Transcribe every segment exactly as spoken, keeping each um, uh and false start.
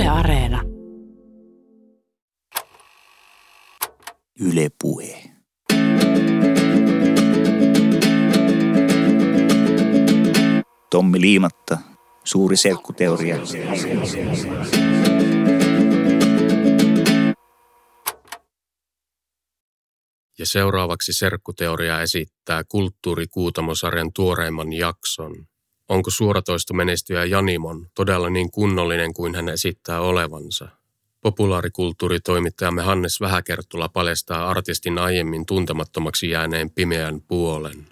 Yle Areena. Yle Puhe. Tommi Liimatta, suuri serkkuteoria. Ja seuraavaksi serkkuteoria esittää Kulttuuri-Kuutamo-sarjan tuoreimman jakson. Onko suoratoisto menestyjä Janimon todella niin kunnollinen kuin hän esittää olevansa? Populaarikulttuuritoimittajamme Hannes Vähäkerttula paljastaa artistin aiemmin tuntemattomaksi jääneen pimeän puolen.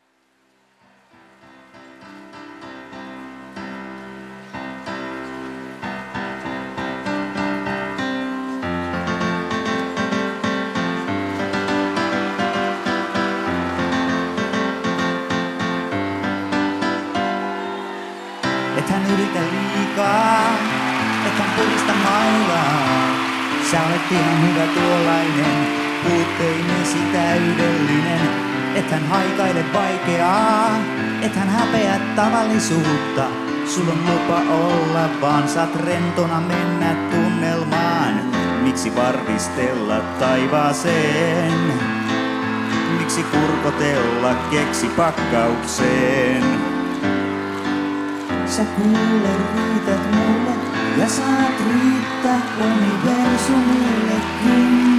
Et hän yritä liikaa, et hän purista mailaa. Sä olet ihan hyvä tuollainen, puutteimesi täydellinen. Et hän haikaile vaikeaa, et hän häpeä tavallisuutta. Sul on lupa olla, vaan saat rentona mennä tunnelmaan. Miksi varvistella taivaaseen? Miksi kurkotella keksipakkaukseen? Sä kuule riität mulle ja saat riittää universumillekin.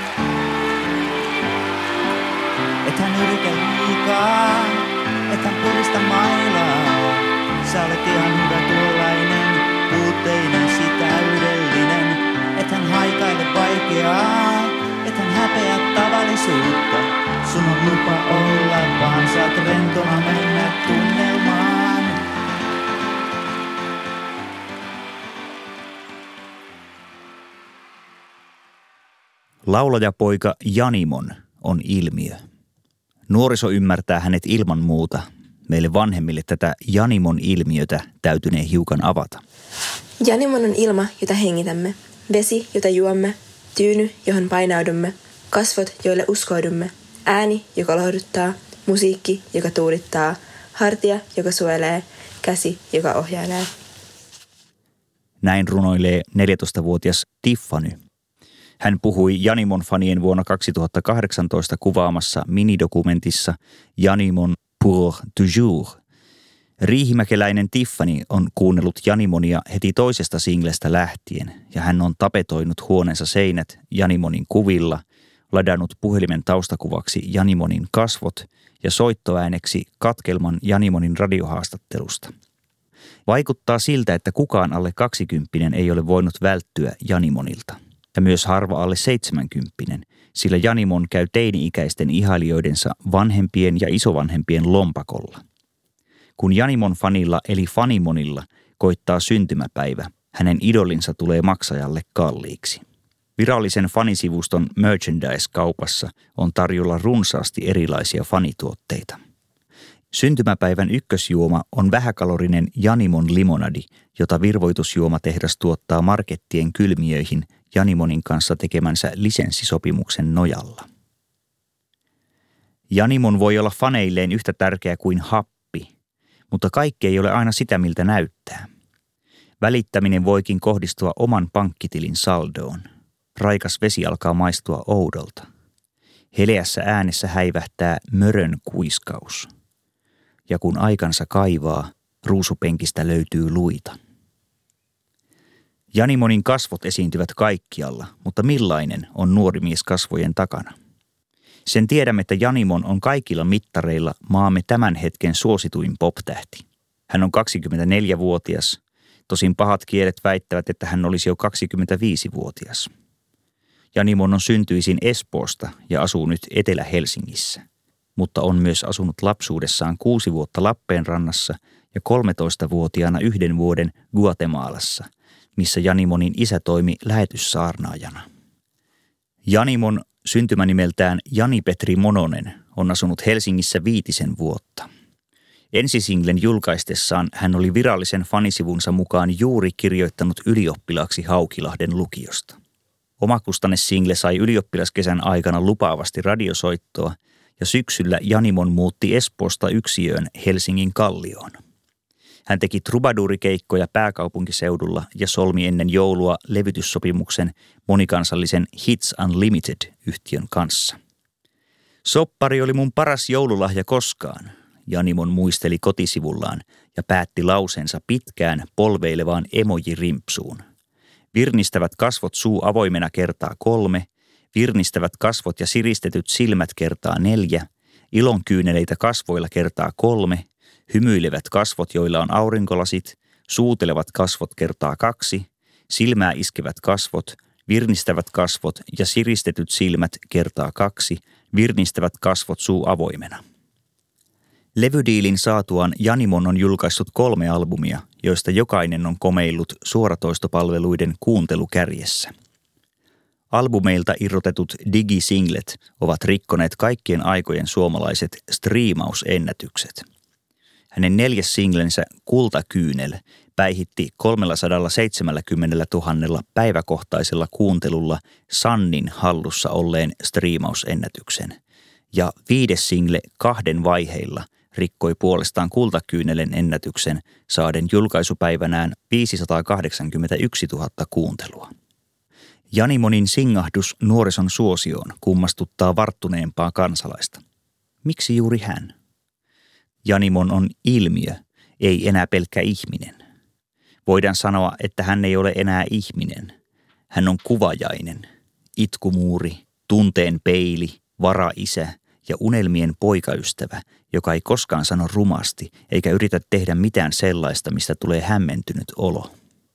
Et hän yritä liikaa, et hän purista mailaa. Sä olet ihan hyvä tuollainen, puutteinesi täydellinen. Et hän haikaile vaikeaa, et hän häpeä tavallisuutta. Sun on lupa olla, vaan saat rentona mennä tunnelmaan. Laulajapoika Janimon on ilmiö. Nuoriso ymmärtää hänet ilman muuta. Meille vanhemmille tätä Janimon ilmiötä täytynee hiukan avata. Janimon on ilma, jota hengitämme, vesi, jota juomme, tyyny, johon painaudumme, kasvot, joille uskoudumme, ääni, joka lohduttaa, musiikki, joka tuudittaa, hartia, joka suojelee, käsi, joka ohjailee. Näin runoilee neljätoistavuotias Tiffany. Hän puhui Janimon fanien vuonna kaksituhattakahdeksantoista kuvaamassa minidokumentissa Janimon pour toujours. Riihimäkeläinen Tiffany on kuunnellut Janimonia heti toisesta singlestä lähtien ja hän on tapetoinut huoneensa seinät Janimonin kuvilla, ladannut puhelimen taustakuvaksi Janimonin kasvot ja soittoääneksi katkelman Janimonin radiohaastattelusta. Vaikuttaa siltä, että kukaan alle kaksikymppinen ei ole voinut välttyä Janimonilta. Ja myös harva alle seitsemänkymppinen, sillä Janimon käy teini-ikäisten ihailijoidensa vanhempien ja isovanhempien lompakolla. Kun Janimon fanilla eli Fanimonilla koittaa syntymäpäivä, hänen idolinsa tulee maksajalle kalliiksi. Virallisen fanisivuston merchandise-kaupassa on tarjolla runsaasti erilaisia fanituotteita. Syntymäpäivän ykkösjuoma on vähäkalorinen Janimon limonadi, jota virvoitusjuomatehdas tuottaa markettien kylmiöihin Janimonin kanssa tekemänsä lisenssisopimuksen nojalla. Janimon voi olla faneilleen yhtä tärkeä kuin happi, mutta kaikki ei ole aina sitä, miltä näyttää. Välittäminen voikin kohdistua oman pankkitilin saldoon. Raikas vesi alkaa maistua oudolta. Heleässä äänessä häivähtää mörön kuiskaus. Ja kun aikansa kaivaa, ruusupenkistä löytyy luita. Janimonin kasvot esiintyvät kaikkialla, mutta millainen on nuori mies kasvojen takana? Sen tiedämme, että Janimon on kaikilla mittareilla maamme tämän hetken suosituin pop-tähti. Hän on kaksikymmentäneljävuotias, tosin pahat kielet väittävät, että hän olisi jo kaksikymmentäviisivuotias. Janimon on syntyisin Espoosta ja asuu nyt Etelä-Helsingissä, mutta on myös asunut lapsuudessaan kuusi vuotta Lappeenrannassa ja kolmetoistavuotiaana yhden vuoden Guatemalassa, missä Janimonin isä toimi lähetyssaarnaajana. Janimon syntymänimeltään Jani-Petri Mononen on asunut Helsingissä viitisen vuotta. Ensisinglen julkaistessaan hän oli virallisen fanisivunsa mukaan juuri kirjoittanut ylioppilaaksi Haukilahden lukiosta. Omakustannesingle sai ylioppilaskesän aikana lupaavasti radiosoittoa ja syksyllä Janimon muutti Espoosta yksiöön Helsingin Kallioon. Hän teki trubadurikeikkoja pääkaupunkiseudulla ja solmi ennen joulua levytyssopimuksen monikansallisen Hits Unlimited-yhtiön kanssa. Soppari oli mun paras joululahja koskaan, Janimon muisteli kotisivullaan ja päätti lauseensa pitkään polveilevaan emojirimpsuun. Virnistävät kasvot suu avoimena kertaa kolme, virnistävät kasvot ja siristetyt silmät kertaa neljä, ilonkyyneleitä kasvoilla kertaa kolme, hymyilevät kasvot, joilla on aurinkolasit, suutelevat kasvot kertaa kaksi, silmää iskevät kasvot, virnistävät kasvot ja siristetyt silmät kertaa kaksi, virnistävät kasvot suu avoimena. Levydiilin saatuaan Janimon on julkaissut kolme albumia, joista jokainen on komeillut suoratoistopalveluiden kuuntelukärjessä. Albumeilta irrotetut digisinglet ovat rikkoneet kaikkien aikojen suomalaiset striimausennätykset. Hänen neljäs singlensä Kultakyynel päihitti kolmesataaseitsemänkymmentätuhatta päiväkohtaisella kuuntelulla Sannin hallussa olleen striimausennätyksen. Ja viides single Kahden vaiheilla rikkoi puolestaan Kultakyynelen ennätyksen saaden julkaisupäivänään viisisataakahdeksankymmentäyksituhatta kuuntelua. Janimonin singahdus nuorison suosioon kummastuttaa varttuneempaa kansalaista. Miksi juuri hän? Janimon on ilmiö, ei enää pelkkä ihminen. Voidaan sanoa, että hän ei ole enää ihminen. Hän on kuvajainen, itkumuuri, tunteen peili, varaisä ja unelmien poikaystävä, joka ei koskaan sano rumasti eikä yritä tehdä mitään sellaista, mistä tulee hämmentynyt olo.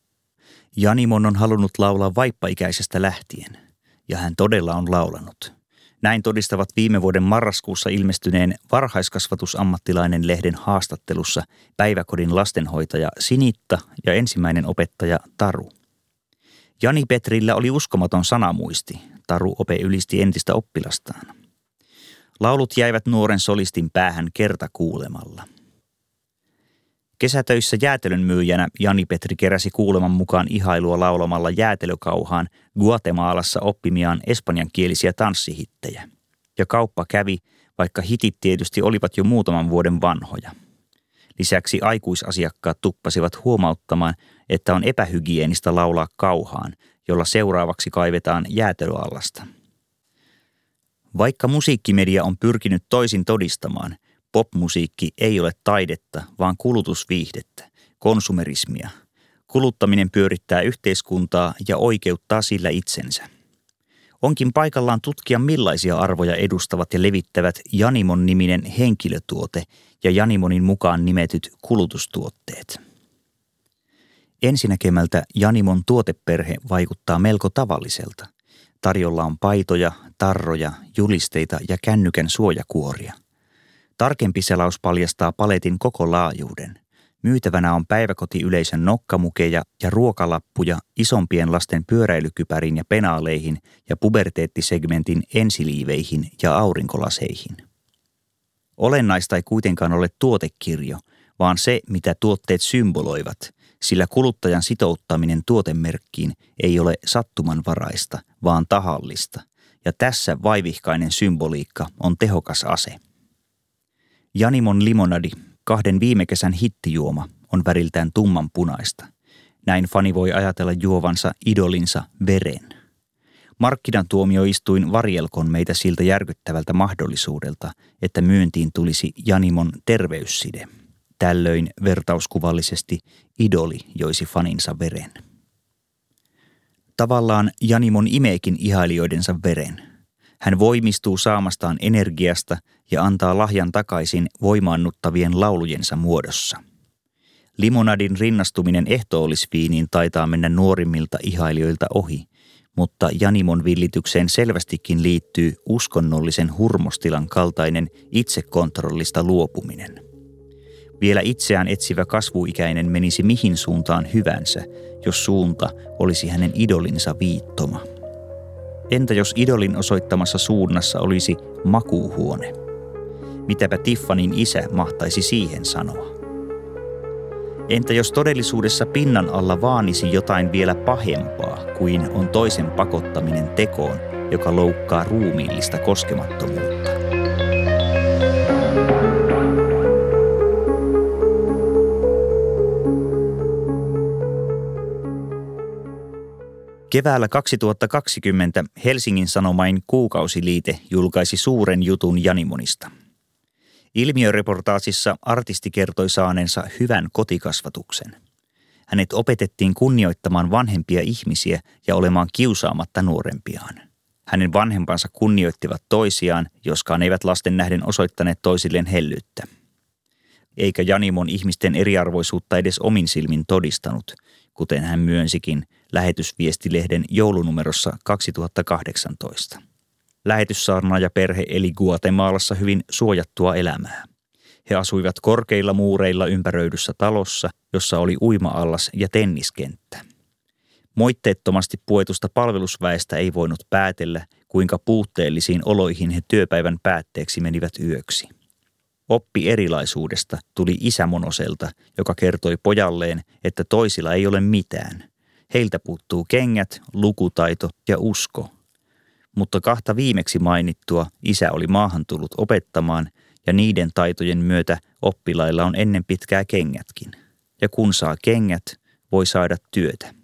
Janimon on halunnut laulaa vaippaikäisestä lähtien, ja hän todella on laulanut. Näin todistavat viime vuoden marraskuussa ilmestyneen varhaiskasvatusammattilainen lehden haastattelussa päiväkodin lastenhoitaja Sinitta ja ensimmäinen opettaja Taru. Jani Petrillä oli uskomaton sanamuisti, Taru ope ylisti entistä oppilastaan. Laulut jäivät nuoren solistin päähän kertakuulemalla. Kesätöissä jäätelön myyjänä Jani Petri keräsi kuuleman mukaan ihailua laulamalla jäätelökauhaan Guatemalassa oppimiaan espanjankielisiä tanssihittejä. Ja kauppa kävi, vaikka hitit tietysti olivat jo muutaman vuoden vanhoja. Lisäksi aikuisasiakkaat tuppasivat huomauttamaan, että on epähygienistä laulaa kauhaan, jolla seuraavaksi kaivetaan jäätelöallasta. Vaikka musiikkimedia on pyrkinyt toisin todistamaan, popmusiikki ei ole taidetta, vaan kulutusviihdettä, konsumerismia. Kuluttaminen pyörittää yhteiskuntaa ja oikeuttaa sillä itsensä. Onkin paikallaan tutkia, millaisia arvoja edustavat ja levittävät Janimon niminen henkilötuote ja Janimonin mukaan nimetyt kulutustuotteet. Ensinäkemältä Janimon tuoteperhe vaikuttaa melko tavalliselta. Tarjolla on paitoja, tarroja, julisteita ja kännykän suojakuoria. Tarkempi selaus paljastaa paletin koko laajuuden. Myytävänä on päiväkotiyleisön nokkamukeja ja ruokalappuja isompien lasten pyöräilykypäriin ja penaaleihin ja puberteettisegmentin ensiliiveihin ja aurinkolaseihin. Olennaista ei kuitenkaan ole tuotekirjo, vaan se, mitä tuotteet symboloivat, sillä kuluttajan sitouttaminen tuotemerkkiin ei ole sattumanvaraista, vaan tahallista, ja tässä vaivihkainen symboliikka on tehokas ase. Janimon limonadi, kahden viime kesän hittijuoma, on väriltään tummanpunaista. Näin fani voi ajatella juovansa idolinsa veren. Markkinatuomioistuin varjelkoon meitä siltä järkyttävältä mahdollisuudelta, että myyntiin tulisi Janimon terveysside. Tällöin vertauskuvallisesti idoli joisi faninsa veren. Tavallaan Janimon imeekin ihailijoidensa veren. Hän voimistuu saamastaan energiasta ja antaa lahjan takaisin voimaannuttavien laulujensa muodossa. Limonadin rinnastuminen ehtoollisviiniin taitaa mennä nuorimmilta ihailijoilta ohi, mutta Janimon villitykseen selvästikin liittyy uskonnollisen hurmostilan kaltainen itsekontrollista luopuminen. Vielä itseään etsivä kasvuikäinen menisi mihin suuntaan hyvänsä, jos suunta olisi hänen idolinsa viittoma. Entä jos idolin osoittamassa suunnassa olisi makuuhuone? Mitäpä Tiffanyn isä mahtaisi siihen sanoa? Entä jos todellisuudessa pinnan alla vaanisi jotain vielä pahempaa kuin on toisen pakottaminen tekoon, joka loukkaa ruumiillista koskemattomuutta? Keväällä kaksituhattakaksikymmentä Helsingin Sanomain Kuukausiliite julkaisi suuren jutun Janimonista. Ilmiöreportaasissa artisti kertoi saaneensa hyvän kotikasvatuksen. Hänet opetettiin kunnioittamaan vanhempia ihmisiä ja olemaan kiusaamatta nuorempiaan. Hänen vanhempansa kunnioittivat toisiaan, joskaan eivät lasten nähden osoittaneet toisilleen hellyyttä. Eikä Janimon ihmisten eriarvoisuutta edes omin silmin todistanut, kuten hän myönsikin lähetysviestilehden joulunumerossa kaksituhattakahdeksantoista. Lähetyssaarnaaja perhe eli Guatemalassa hyvin suojattua elämää. He asuivat korkeilla muureilla ympäröidyssä talossa, jossa oli uima-allas ja tenniskenttä. Moitteettomasti puetusta palvelusväestä ei voinut päätellä, kuinka puutteellisiin oloihin he työpäivän päätteeksi menivät yöksi. Oppi erilaisuudesta tuli isämonoselta, joka kertoi pojalleen, että toisilla ei ole mitään. Heiltä puuttuu kengät, lukutaito ja usko. Mutta kahta viimeksi mainittua isä oli maahan tullut opettamaan ja niiden taitojen myötä oppilailla on ennen pitkää kengätkin. Ja kun saa kengät, voi saada työtä.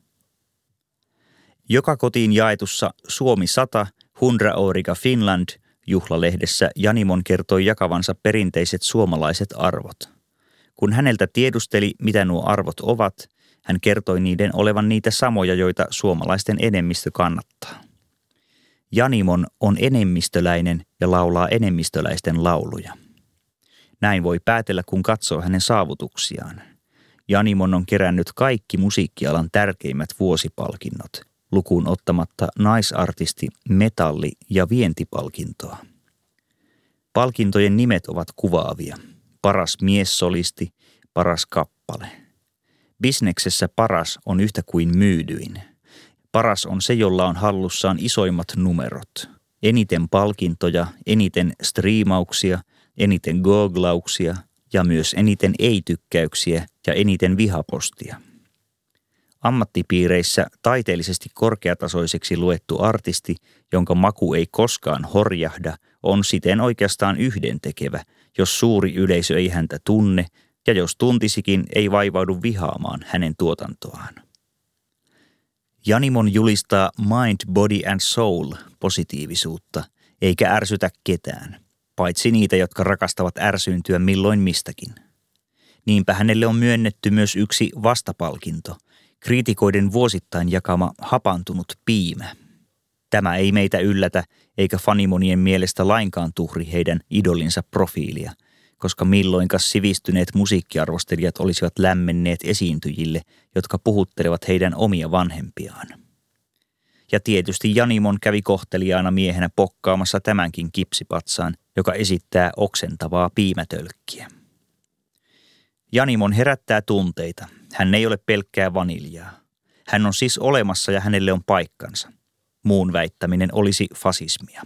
Joka kotiin jaetussa Suomi sata hundraåriga Finland -juhlalehdessä Janimon kertoi jakavansa perinteiset suomalaiset arvot. Kun häneltä tiedusteli, mitä nuo arvot ovat, hän kertoi niiden olevan niitä samoja, joita suomalaisten enemmistö kannattaa. Janimon on enemmistöläinen ja laulaa enemmistöläisten lauluja. Näin voi päätellä, kun katsoo hänen saavutuksiaan. Janimon on kerännyt kaikki musiikkialan tärkeimmät vuosipalkinnot, lukuun ottamatta naisartisti, metalli- ja vientipalkintoa. Palkintojen nimet ovat kuvaavia. Paras miessolisti, paras kappale. Bisneksessä paras on yhtä kuin myydyin. Paras on se, jolla on hallussaan isoimmat numerot. Eniten palkintoja, eniten striimauksia, eniten googlauksia ja myös eniten ei-tykkäyksiä ja eniten vihapostia. Ammattipiireissä taiteellisesti korkeatasoiseksi luettu artisti, jonka maku ei koskaan horjahda, on siten oikeastaan yhdentekevä, jos suuri yleisö ei häntä tunne ja jos tuntisikin, ei vaivaudu vihaamaan hänen tuotantoaan. Janimon julistaa mind, body and soul positiivisuutta, eikä ärsytä ketään, paitsi niitä, jotka rakastavat ärsyyntyä milloin mistäkin. Niinpä hänelle on myönnetty myös yksi vastapalkinto, kriitikoiden vuosittain jakama hapantunut piimä. Tämä ei meitä yllätä, eikä fanimonien mielestä lainkaan tuhri heidän idolinsa profiilia, koska milloinkas sivistyneet musiikkiarvostelijat olisivat lämmenneet esiintyjille, jotka puhuttelevat heidän omia vanhempiaan. Ja tietysti Janimon kävi kohteliaana miehenä pokkaamassa tämänkin kipsipatsaan, joka esittää oksentavaa piimätölkkiä. Janimon herättää tunteita. Hän ei ole pelkkää vaniljaa. Hän on siis olemassa ja hänelle on paikkansa. Muun väittäminen olisi fasismia.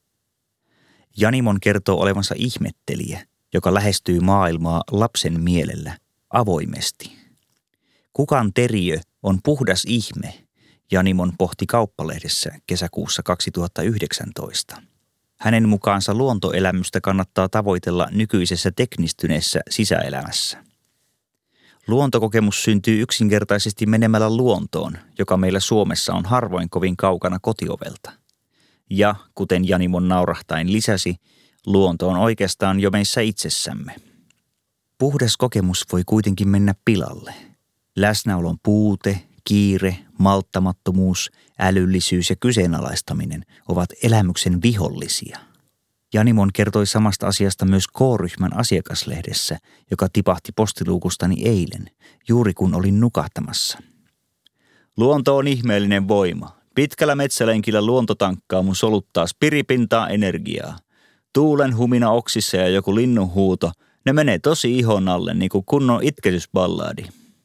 Janimon kertoo olevansa ihmettelijä, joka lähestyy maailmaa lapsen mielellä, avoimesti. Kukan teriö on puhdas ihme, Janimon pohti Kauppalehdessä kesäkuussa kaksituhattayhdeksäntoista. Hänen mukaansa luontoelämystä kannattaa tavoitella nykyisessä teknistyneessä sisäelämässä. Luontokokemus syntyy yksinkertaisesti menemällä luontoon, joka meillä Suomessa on harvoin kovin kaukana kotiovelta. Ja, kuten Janimon naurahtain lisäsi, luonto on oikeastaan jo meissä itsessämme. Puhdas kokemus voi kuitenkin mennä pilalle. Läsnäolon puute, kiire, malttamattomuus, älyllisyys ja kyseenalaistaminen ovat elämyksen vihollisia. Janimon kertoi samasta asiasta myös K-ryhmän asiakaslehdessä, joka tipahti postiluukustani eilen, juuri kun olin nukahtamassa. Luonto on ihmeellinen voima. Pitkällä metsälenkillä luonto tankkaa mun soluttaa spiripintaa energiaa. Tuulen humina oksissa ja joku linnun huuto, ne menee tosi ihon alle niin kuin kunnon itketysballaadi.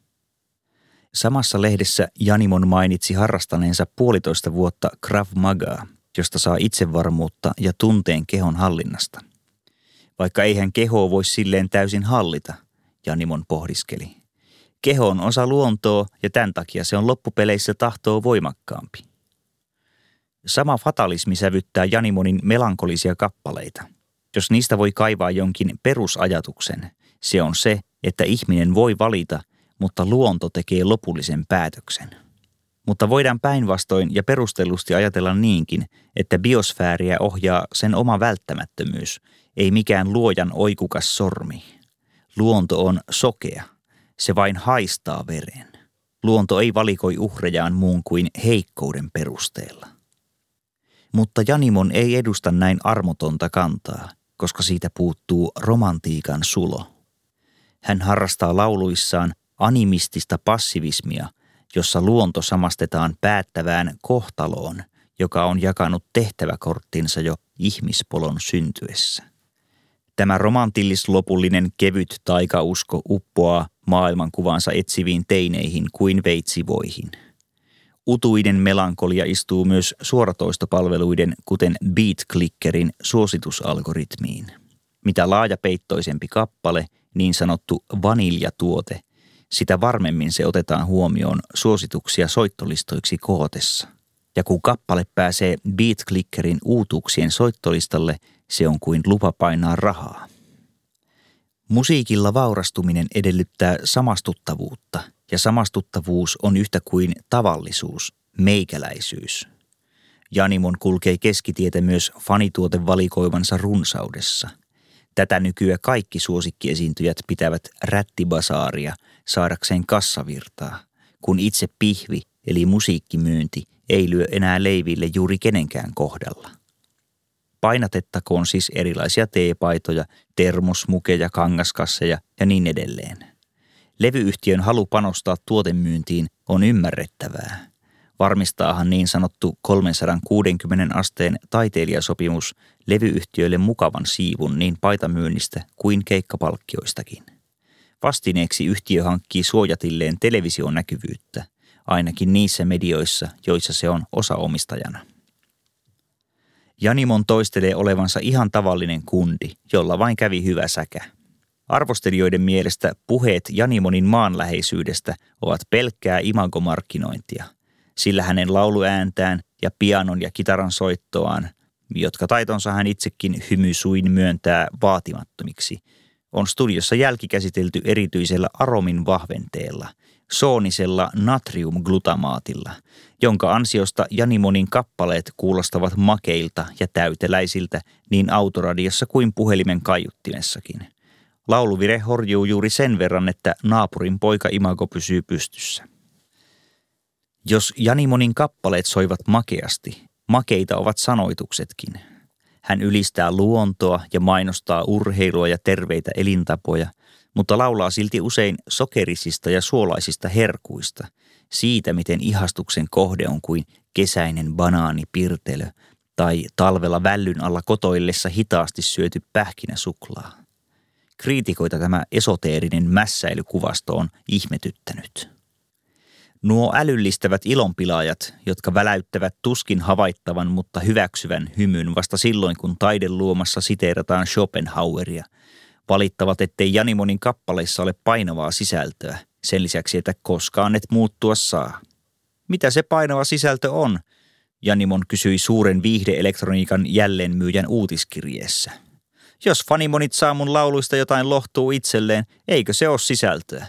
Samassa lehdessä Janimon mainitsi harrastaneensa puolitoista vuotta Krav Magaa, josta saa itsevarmuutta ja tunteen kehon hallinnasta. Vaikka eihän kehoa voi silleen täysin hallita, Janimon pohdiskeli. Keho on osa luontoa ja tämän takia se on loppupeleissä tahtoa voimakkaampi. Sama fatalismi sävyttää Janimonin melankolisia kappaleita. Jos niistä voi kaivaa jonkin perusajatuksen, se on se, että ihminen voi valita, mutta luonto tekee lopullisen päätöksen. Mutta voidaan päinvastoin ja perustellusti ajatella niinkin, että biosfääriä ohjaa sen oma välttämättömyys, ei mikään luojan oikukas sormi. Luonto on sokea, se vain haistaa veren. Luonto ei valikoi uhrejaan muun kuin heikkouden perusteella. Mutta Janimon ei edusta näin armotonta kantaa, koska siitä puuttuu romantiikan sulo. Hän harrastaa lauluissaan animistista passivismia, jossa luonto samastetaan päättävään kohtaloon, joka on jakanut tehtäväkorttinsa jo ihmispolon syntyessä. Tämä romantillis-lopullinen kevyt taikausko uppoaa maailmankuvansa etsiviin teineihin kuin veitsivoihin. Utuinen melankolia istuu myös suoratoistopalveluiden, kuten BeatClickerin, suositusalgoritmiin. Mitä laajapeittoisempi kappale, niin sanottu vaniljatuote, sitä varmemmin se otetaan huomioon suosituksia soittolistoiksi kootessa. Ja kun kappale pääsee BeatClickerin uutuuksien soittolistalle, se on kuin lupa painaa rahaa. Musiikilla vaurastuminen edellyttää samastuttavuutta, ja samastuttavuus on yhtä kuin tavallisuus, meikäläisyys. Janimon kulkee keskitietä myös fanituotevalikoivansa runsaudessa. Tätä nykyään kaikki suosikkiesiintyjät pitävät rättibasaaria saadakseen kassavirtaa, kun itse pihvi eli musiikkimyynti ei lyö enää leiville juuri kenenkään kohdalla. Painatettakoon siis erilaisia teepaitoja, termosmukeja, kangaskasseja ja niin edelleen. Levyyhtiön halu panostaa tuotemyyntiin on ymmärrettävää. Varmistaahan niin sanottu kolmesataakuusikymmentä asteen taiteilijasopimus levyyhtiöille mukavan siivun niin paitamyynnistä kuin keikkapalkkioistakin. Vastineeksi yhtiö hankkii suojatilleen televisionäkyvyyttä, ainakin niissä medioissa, joissa se on osaomistajana. Janimon toistelee olevansa ihan tavallinen kundi, jolla vain kävi hyvä säkä. Arvostelijoiden mielestä puheet Janimonin maanläheisyydestä ovat pelkkää imagomarkkinointia, sillä hänen lauluääntään ja pianon ja kitaran soittoaan, jotka taitonsa hän itsekin hymysuin myöntää vaatimattomiksi, on studiossa jälkikäsitelty erityisellä aromin vahventeella, soonisella natriumglutamaatilla, jonka ansiosta Janimonin kappaleet kuulostavat makeilta ja täyteläisiltä niin autoradiossa kuin puhelimen kaiuttimessakin. Lauluvire horjuu juuri sen verran, että naapurin poika imago pysyy pystyssä. Jos Janimonin kappaleet soivat makeasti, makeita ovat sanoituksetkin. Hän ylistää luontoa ja mainostaa urheilua ja terveitä elintapoja, mutta laulaa silti usein sokerisista ja suolaisista herkuista, siitä miten ihastuksen kohde on kuin kesäinen banaanipirtelö tai talvella vällyn alla kotoillessa hitaasti syöty pähkinäsuklaa. Kriitikoita tämä esoteerinen mässäilykuvasto on ihmetyttänyt. Nuo älyllistävät ilonpilaajat, jotka väläyttävät tuskin havaittavan, mutta hyväksyvän hymyn vasta silloin, kun taideluomassa siteerataan Schopenhaueria, valittavat, ettei Janimonin kappaleissa ole painavaa sisältöä, sen lisäksi, että koskaan et muuttua saa. Mitä se painava sisältö on? Janimon kysyi suuren viihdeelektroniikan jälleenmyyjän uutiskirjeessä. Jos fanimonit saa mun lauluista jotain lohtuu itselleen, eikö se ole sisältöä?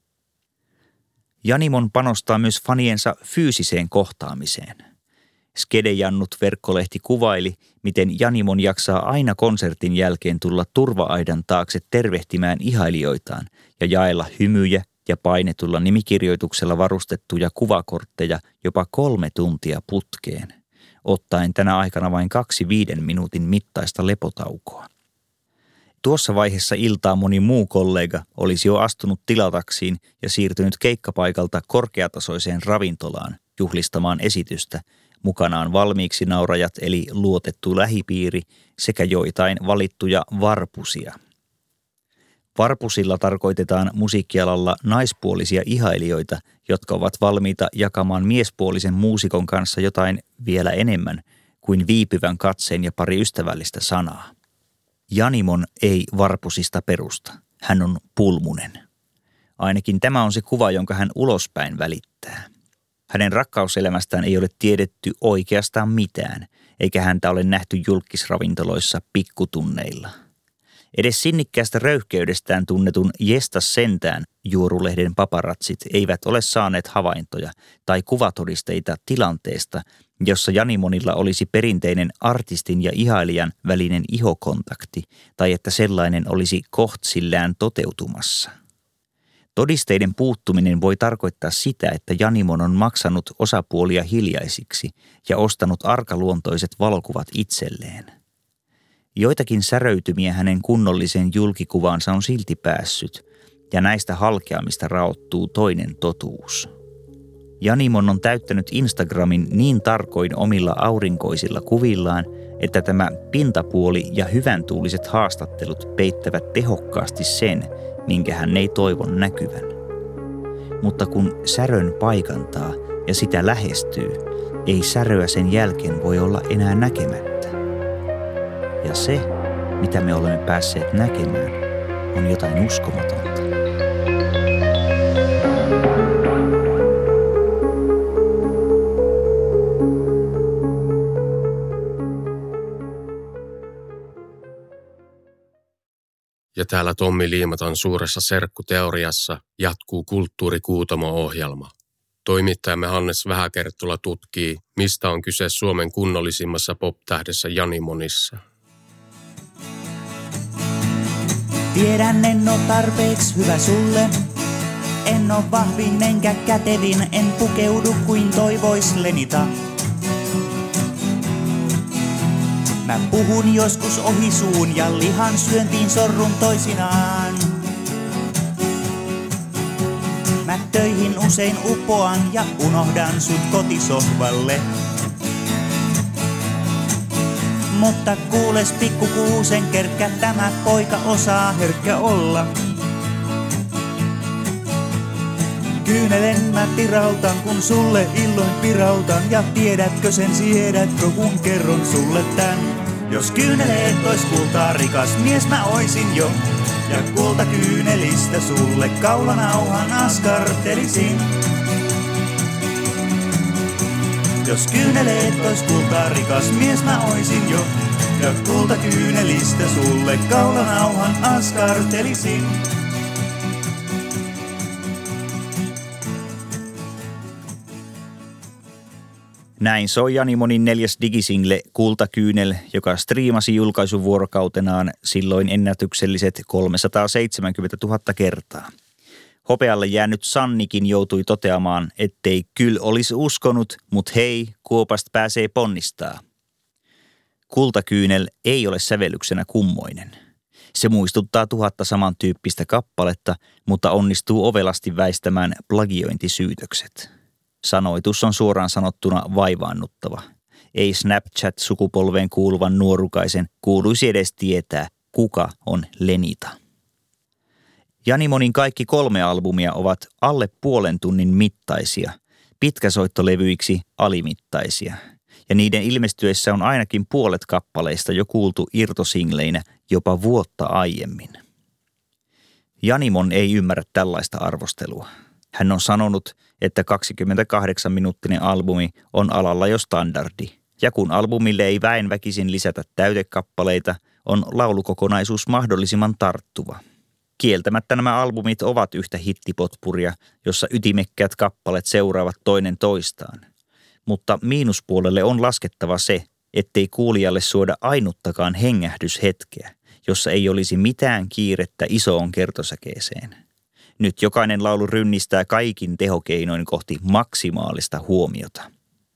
Janimon panostaa myös faniensa fyysiseen kohtaamiseen. Skedejannut verkkolehti kuvaili, miten Janimon jaksaa aina konsertin jälkeen tulla turva-aidan taakse tervehtimään ihailijoitaan ja jaella hymyjä ja painetulla nimikirjoituksella varustettuja kuvakortteja jopa kolme tuntia putkeen, ottaen tänä aikana vain kaksi viiden minuutin mittaista lepotaukoa. Tuossa vaiheessa iltaa moni muu kollega olisi jo astunut tilataksiin ja siirtynyt keikkapaikalta korkeatasoiseen ravintolaan juhlistamaan esitystä, mukanaan valmiiksi naurajat eli luotettu lähipiiri sekä joitain valittuja varpusia. Varpusilla tarkoitetaan musiikkialalla naispuolisia ihailijoita, jotka ovat valmiita jakamaan miespuolisen muusikon kanssa jotain vielä enemmän kuin viipyvän katseen ja pari ystävällistä sanaa. Janimon ei varpusista perusta. Hän on pulmunen. Ainakin tämä on se kuva, jonka hän ulospäin välittää. Hänen rakkauselämästään ei ole tiedetty oikeastaan mitään, eikä häntä ole nähty julkisravintoloissa pikkutunneilla. Edes sinnikkäästä röyhkeydestään tunnetun Jestas sentään juorulehden paparatsit eivät ole saaneet havaintoja tai kuvatodisteita tilanteesta, jossa Janimonilla olisi perinteinen artistin ja ihailijan välinen ihokontakti tai että sellainen olisi kohtsillään toteutumassa. Todisteiden puuttuminen voi tarkoittaa sitä, että Janimon on maksanut osapuolia hiljaisiksi ja ostanut arkaluontoiset valokuvat itselleen. Joitakin säröytymiä hänen kunnolliseen julkikuvaansa on silti päässyt, ja näistä halkeamista raottuu toinen totuus. Janimon on täyttänyt Instagramin niin tarkoin omilla aurinkoisilla kuvillaan, että tämä pintapuoli ja hyväntuuliset haastattelut peittävät tehokkaasti sen, minkä hän ei toivon näkyvän. Mutta kun särön paikantaa ja sitä lähestyy, ei säröä sen jälkeen voi olla enää näkemättä. Ja se, mitä me olemme päässeet näkemään, on jotain uskomatonta. Ja täällä Tommi Liimatan suuressa serkkuteoriassa jatkuu Kulttuurikuutamo-ohjelma. Toimittajamme Hannes Vähäkerttula tutkii, mistä on kyse Suomen kunnollisimmassa pop-tähdessä Janimonissa. Tiedän, en oo tarpeeksi hyvä sulle. En oo vahvin enkä kätevin, en pukeudu kuin toivois Lenita. Mä puhun joskus ohi suun ja lihan syöntiin sorrun toisinaan. Mä töihin usein upoan ja unohdan sut kotisohvalle. Mutta kuules pikku kuusen kerkkä, tämä poika osaa herkkä olla. Kyynelen mä tirautan, kun sulle illoin pirautan. Ja tiedätkö sen, siedätkö, kun kerron sulle tän. Jos kyyneleet ois kultaa rikas mies, mä oisin jo. Ja kultakyynelistä sulle kaulanauhan askartelisin. Jos kyyneleet ois kultaa rikas mies, mä oisin jo. Ja kultakyynelistä sulle kaulanauhan askartelisin. Näin soi Janimonin neljäs digisingle Kultakyynel, joka striimasi julkaisuvuorokautenaan silloin ennätykselliset kolmesataaseitsemänkymmentätuhatta kertaa. Hopealle jäänyt Sannikin joutui toteamaan, ettei kyl olisi uskonut, mut hei, kuopasta pääsee ponnistaa. Kultakyynel ei ole sävellyksenä kummoinen. Se muistuttaa tuhatta samantyyppistä kappaletta, mutta onnistuu ovelasti väistämään plagiointisyytökset. Sanoitus on suoraan sanottuna vaivaannuttava. Ei Snapchat-sukupolveen kuuluvan nuorukaisen kuuluisi edes tietää, kuka on Lenita. Janimonin kaikki kolme albumia ovat alle puolen tunnin mittaisia, pitkäsoittolevyiksi alimittaisia. Ja niiden ilmestyessä on ainakin puolet kappaleista jo kuultu irtosingleinä jopa vuotta aiemmin. Janimon ei ymmärrä tällaista arvostelua. Hän on sanonut, että kaksikymmentäkahdeksan minuuttinen albumi on alalla jo standardi. Ja kun albumille ei väen väkisin lisätä täytekappaleita, on laulukokonaisuus mahdollisimman tarttuva. Kieltämättä nämä albumit ovat yhtä hittipotpuria, jossa ytimekkäät kappaleet seuraavat toinen toistaan. Mutta miinuspuolelle on laskettava se, ettei kuulijalle suoda ainuttakaan hengähdyshetkeä, jossa ei olisi mitään kiirettä isoon kertosäkeeseen. Nyt jokainen laulu rynnistää kaikin tehokeinoin kohti maksimaalista huomiota.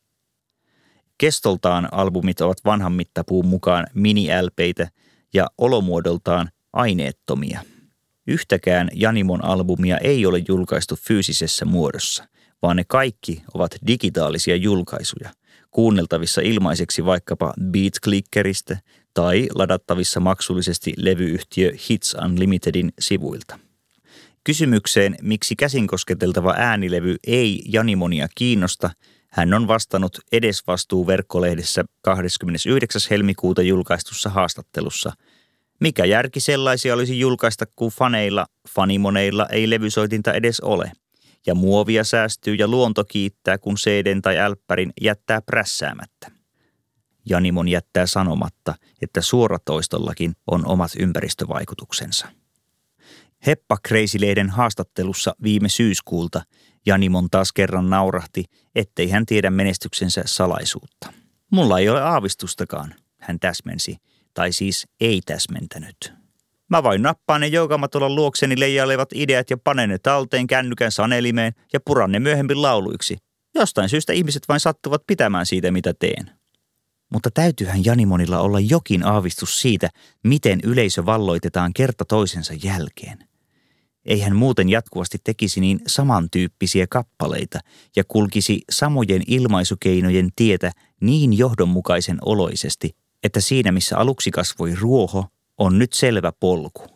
Kestoltaan albumit ovat vanhan mittapuun mukaan mini-L P:itä ja olomuodoltaan aineettomia. Yhtäkään Janimon albumia ei ole julkaistu fyysisessä muodossa, vaan ne kaikki ovat digitaalisia julkaisuja, kuunneltavissa ilmaiseksi vaikkapa Beat-klikkeristä tai ladattavissa maksullisesti levyyhtiö Hits Unlimitedin sivuilta. Kysymykseen, miksi käsin kosketeltava äänilevy ei Janimonia kiinnosta, hän on vastannut Edesvastuu-verkkolehdessä kahdeskymmenesyhdeksäs helmikuuta julkaistussa haastattelussa. Mikä järki sellaisia olisi julkaista, kun faneilla, fanimoneilla ei levysoitinta edes ole. Ja muovia säästyy ja luonto kiittää, kun C D:n tai älppärin jättää prässäämättä. Janimon jättää sanomatta, että suoratoistollakin on omat ympäristövaikutuksensa. Heppa Crazy-lehden haastattelussa viime syyskuulta Janimon taas kerran naurahti, ettei hän tiedä menestyksensä salaisuutta. Mulla ei ole aavistustakaan, hän täsmensi, tai siis ei täsmentänyt. Mä vain nappaan ne joukamatolla luokseni leijailevat ideat ja panen ne talteen kännykän sanelimeen ja puran ne myöhemmin lauluiksi. Jostain syystä ihmiset vain sattuvat pitämään siitä, mitä teen. Mutta täytyyhän Janimonilla olla jokin aavistus siitä, miten yleisö valloitetaan kerta toisensa jälkeen. Ei hän muuten jatkuvasti tekisi niin samantyyppisiä kappaleita ja kulkisi samojen ilmaisukeinojen tietä niin johdonmukaisen oloisesti, että siinä missä aluksi kasvoi ruoho, on nyt selvä polku.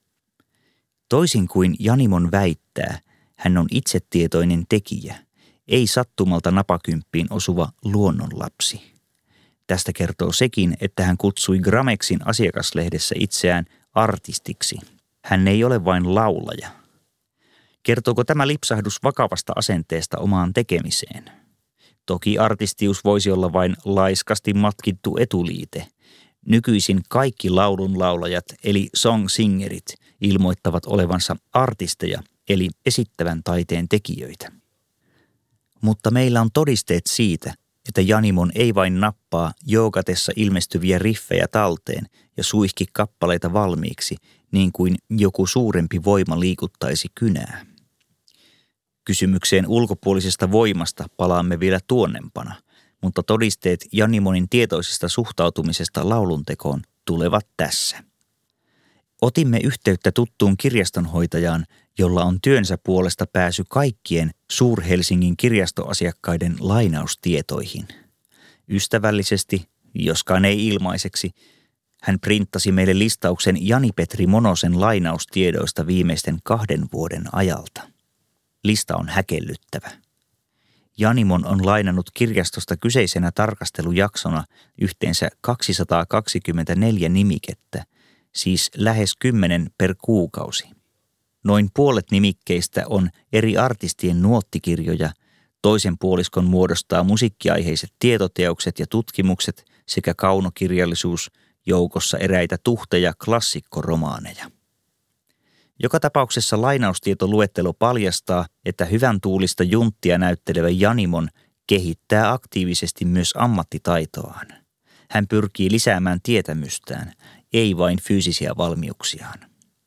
Toisin kuin Janimon väittää, hän on itsetietoinen tekijä, ei sattumalta napakymppiin osuva luonnonlapsi. Tästä kertoo sekin, että hän kutsui Gramexin asiakaslehdessä itseään artistiksi. Hän ei ole vain laulaja. Kertooko tämä lipsahdus vakavasta asenteesta omaan tekemiseen? Toki artistius voisi olla vain laiskasti matkittu etuliite. Nykyisin kaikki laulunlaulajat eli songsingerit ilmoittavat olevansa artisteja eli esittävän taiteen tekijöitä. Mutta meillä on todisteet siitä, että Janimon ei vain nappaa joogatessa ilmestyviä riffejä talteen ja suihki kappaleita valmiiksi, niin kuin joku suurempi voima liikuttaisi kynää. Kysymykseen ulkopuolisesta voimasta palaamme vielä tuonnempana, mutta todisteet Janimonin tietoisesta suhtautumisesta lauluntekoon tulevat tässä. Otimme yhteyttä tuttuun kirjastonhoitajaan, jolla on työnsä puolesta pääsy kaikkien Suur-Helsingin kirjastoasiakkaiden lainaustietoihin. Ystävällisesti, joskaan ei ilmaiseksi, hän printtasi meille listauksen Jani-Petri Monosen lainaustiedoista viimeisten kahden vuoden ajalta. Lista on häkellyttävä. Janimon on lainannut kirjastosta kyseisenä tarkastelujaksona yhteensä kaksisataakaksikymmentäneljä nimikettä, siis lähes kymmenen per kuukausi. Noin puolet nimikkeistä on eri artistien nuottikirjoja, toisen puoliskon muodostaa musiikkiaiheiset tietoteokset ja tutkimukset sekä kaunokirjallisuus, joukossa eräitä tuhteja klassikkoromaaneja. Joka tapauksessa lainaustietoluettelo paljastaa, että hyvän tuulista junttia näyttelevä Janimon kehittää aktiivisesti myös ammattitaitoaan. Hän pyrkii lisäämään tietämystään, ei vain fyysisiä valmiuksiaan.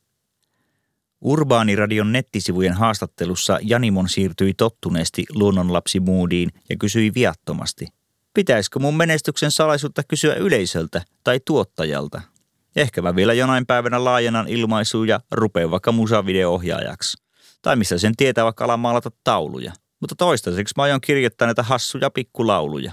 Urbaaniradion nettisivujen haastattelussa Janimon siirtyi tottuneesti luonnonlapsimuudiin ja kysyi viattomasti, pitäisikö mun menestyksen salaisuutta kysyä yleisöltä tai tuottajalta? Ehkä mä vielä jonain päivänä laajennan ilmaisuja ja rupean vaikka musavideo-ohjaajaksi. Tai missä sen tietää vaikka ala maalata tauluja. Mutta toistaiseksi mä aion kirjoittaa näitä hassuja pikkulauluja.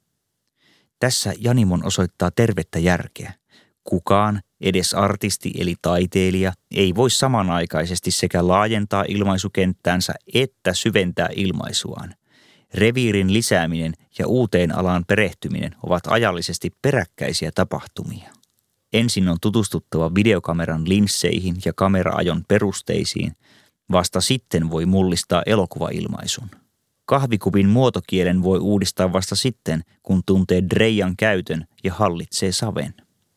Tässä Janimon osoittaa tervettä järkeä. Kukaan, edes artisti eli taiteilija, ei voi samanaikaisesti sekä laajentaa ilmaisukenttäänsä että syventää ilmaisuaan. Reviirin lisääminen ja uuteen alaan perehtyminen ovat ajallisesti peräkkäisiä tapahtumia. Ensin on tutustuttava videokameran linsseihin ja kameraajon perusteisiin, vasta sitten voi mullistaa elokuvailmaisun. Kahvikupin muotokielen voi uudistaa vasta sitten, kun tuntee dreijan käytön ja hallitsee saven.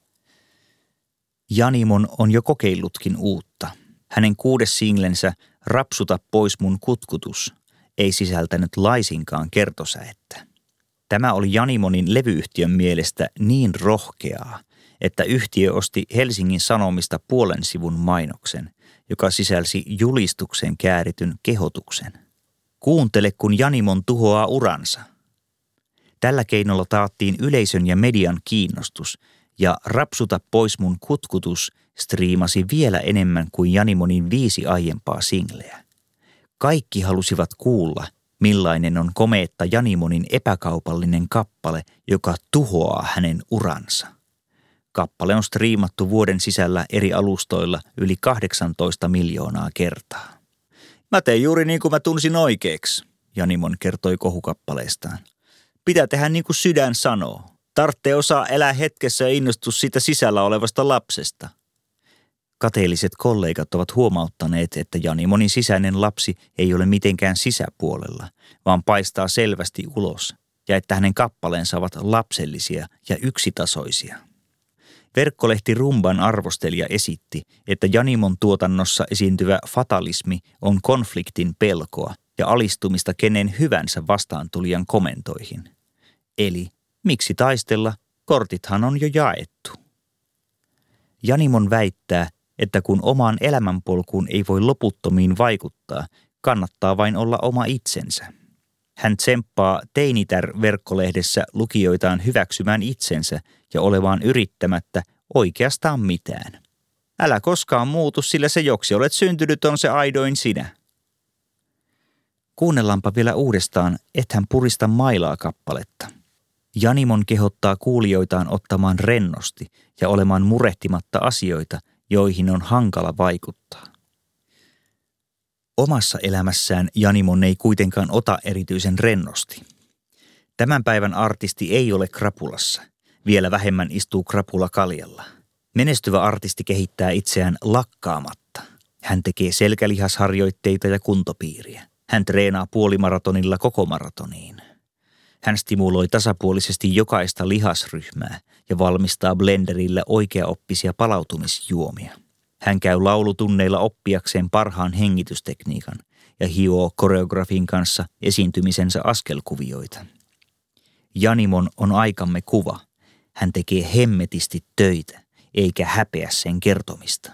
Janimon on jo kokeillutkin uutta. Hänen kuudes singlensä Rapsuta pois mun kutkutus ei sisältänyt laisinkaan kertosäettä. Tämä oli Janimonin levyyhtiön mielestä niin rohkeaa, että yhtiö osti Helsingin Sanomista puolen sivun mainoksen, joka sisälsi julistuksen käärityn kehotuksen. Kuuntele, kun Janimon tuhoaa uransa. Tällä keinolla taattiin yleisön ja median kiinnostus, ja Rapsuta pois mun kutkutus striimasi vielä enemmän kuin Janimonin viisi aiempaa singleä. Kaikki halusivat kuulla, millainen on komeetta Janimonin epäkaupallinen kappale, joka tuhoaa hänen uransa. Kappale on striimattu vuoden sisällä eri alustoilla yli kahdeksantoista miljoonaa kertaa. Mä tein juuri niin kuin mä tunsin oikeaksi, Janimon kertoi kohukappaleestaan. Pitää tehdä niin kuin sydän sanoo. Tarvitsee osaa elää hetkessä ja innostua siitä sisällä olevasta lapsesta. Kateelliset kollegat ovat huomauttaneet, että Janimonin sisäinen lapsi ei ole mitenkään sisäpuolella, vaan paistaa selvästi ulos. ja että hänen kappaleensa ovat lapsellisia ja yksitasoisia. Verkkolehti Rumban arvostelija esitti, että Janimon tuotannossa esiintyvä fatalismi on konfliktin pelkoa ja alistumista kenen hyvänsä vastaantulijan komentoihin. Eli miksi taistella, kortithan on jo jaettu. Janimon väittää, että kun omaan elämänpolkuun ei voi loputtomiin vaikuttaa, kannattaa vain olla oma itsensä. Hän tsemppaa Teinitär-verkkolehdessä lukijoitaan hyväksymään itsensä ja olemaan yrittämättä oikeastaan mitään. Älä koskaan muutu, sillä se joksi olet syntynyt on se aidoin sinä. Kuunnellaanpa vielä uudestaan Et hän purista mailaa kappaletta. Janimon kehottaa kuulijoitaan ottamaan rennosti ja olemaan murehtimatta asioita, joihin on hankala vaikuttaa. Omassa elämässään Janimon ei kuitenkaan ota erityisen rennosti. Tämän päivän artisti ei ole krapulassa. Vielä vähemmän istuu krapula kaljalla. Menestyvä artisti kehittää itseään lakkaamatta. Hän tekee selkälihasharjoitteita ja kuntopiiriä. Hän treenaa puolimaratonilla koko maratoniin. Hän stimuloi tasapuolisesti jokaista lihasryhmää ja valmistaa blenderillä oikeaoppisia palautumisjuomia. Hän käy laulutunneilla oppiakseen parhaan hengitystekniikan ja hioo koreografin kanssa esiintymisensä askelkuvioita. Janimon on aikamme kuva. Hän tekee hemmetisti töitä, eikä häpeä sen kertomista.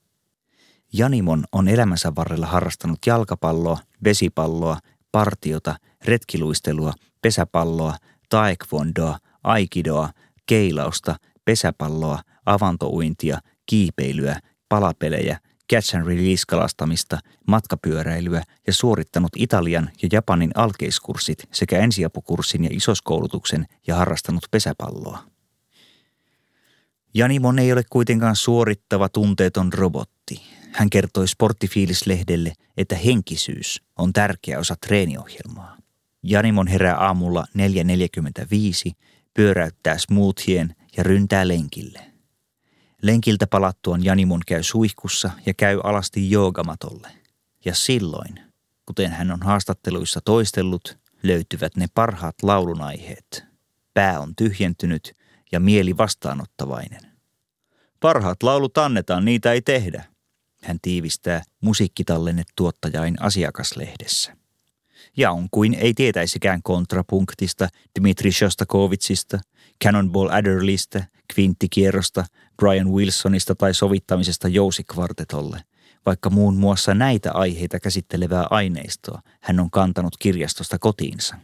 Janimon on elämänsä varrella harrastanut jalkapalloa, vesipalloa, partiota, retkiluistelua, pesäpalloa, taekwondoa, aikidoa, keilausta, pesäpalloa, avantouintia, kiipeilyä, palapelejä, catch and release-kalastamista, matkapyöräilyä ja suorittanut Italian ja Japanin alkeiskurssit sekä ensiapukurssin ja isoskoulutuksen ja harrastanut pesäpalloa. Janimon ei ole kuitenkaan suorittava tunteeton robotti. Hän kertoi Sporttifiilis-lehdelle, että henkisyys on tärkeä osa treeniohjelmaa. Janimon herää aamulla neljä neljäkymmentäviisi, pyöräyttää smoothien ja ryntää lenkille. Lenkiltä palattuaan Janimon käy suihkussa ja käy alasti joogamatolle. Ja silloin, kuten hän on haastatteluissa toistellut, löytyvät ne parhaat laulunaiheet. Pää on tyhjentynyt ja mieli vastaanottavainen. Parhaat laulut annetaan, niitä ei tehdä, hän tiivistää musiikkitallennetuottajain Asiakaslehdessä. Ja on kuin ei tietäisikään kontrapunktista, Dmitri Shostakovitsista, Cannonball Adderleystä, kvinttikierrosta, Brian Wilsonista tai sovittamisesta jousikvartetolle, vaikka muun muassa näitä aiheita käsittelevää aineistoa hän on kantanut kirjastosta kotiinsa.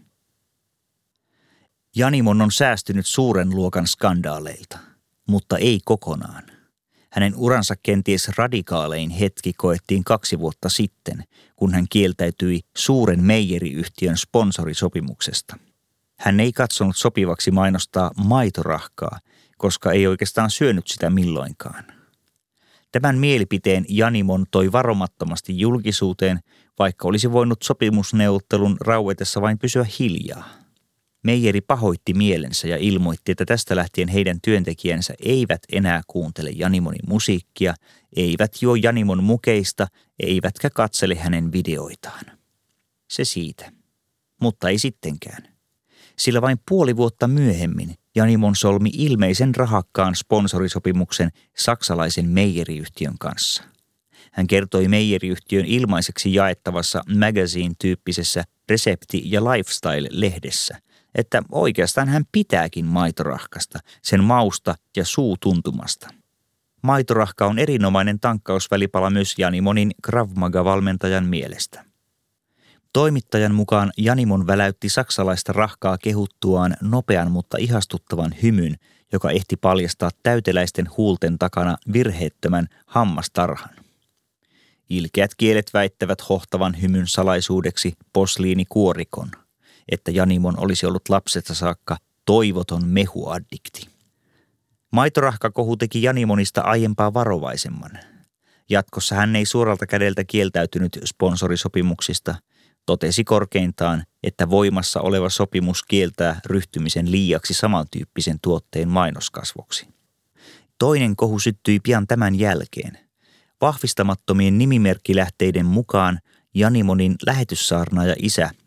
Janimon on säästynyt suuren luokan skandaaleilta, mutta ei kokonaan. Hänen uransa kenties radikaalein hetki koettiin kaksi vuotta sitten, kun hän kieltäytyi suuren meijeriyhtiön sponsorisopimuksesta. Hän ei katsonut sopivaksi mainostaa maitorahkaa, koska ei oikeastaan syönyt sitä milloinkaan. Tämän mielipiteen Janimon toi varomattomasti julkisuuteen, vaikka olisi voinut sopimusneuvottelun rauetessa vain pysyä hiljaa. Meijeri pahoitti mielensä ja ilmoitti, että tästä lähtien heidän työntekijänsä eivät enää kuuntele Janimonin musiikkia, eivät juo Janimon mukeista, eivätkä katsele hänen videoitaan. Se siitä. Mutta ei sittenkään. Sillä vain puoli vuotta myöhemmin Janimon solmi ilmeisen rahakkaan sponsorisopimuksen saksalaisen meijeriyhtiön kanssa. Hän kertoi meijeriyhtiön ilmaiseksi jaettavassa magazine-tyyppisessä resepti- ja lifestyle-lehdessä, että oikeastaan hän pitääkin maitorahkasta, sen mausta ja suutuntumasta. Maitorahka on erinomainen tankkausvälipala myös Janimonin Krav Maga-valmentajan mielestä. Toimittajan mukaan Janimon väläytti saksalaista rahkaa kehuttuaan nopean mutta ihastuttavan hymyn, joka ehti paljastaa täyteläisten huulten takana virheettömän hammastarhan. Ilkeät kielet väittävät hohtavan hymyn salaisuudeksi posliinikuorikon, että Janimon olisi ollut lapsesta saakka toivoton mehuaddikti. Maitorahkakohu teki Janimonista aiempaa varovaisemman. Jatkossa hän ei suoralta kädeltä kieltäytynyt sponsorisopimuksista, totesi korkeintaan, että voimassa oleva sopimus kieltää ryhtymisen liiaksi samantyyppisen tuotteen mainoskasvoksi. Toinen kohu syttyi pian tämän jälkeen. Vahvistamattomien nimimerkkilähteiden mukaan Janimonin lähetyssaarnaaja isä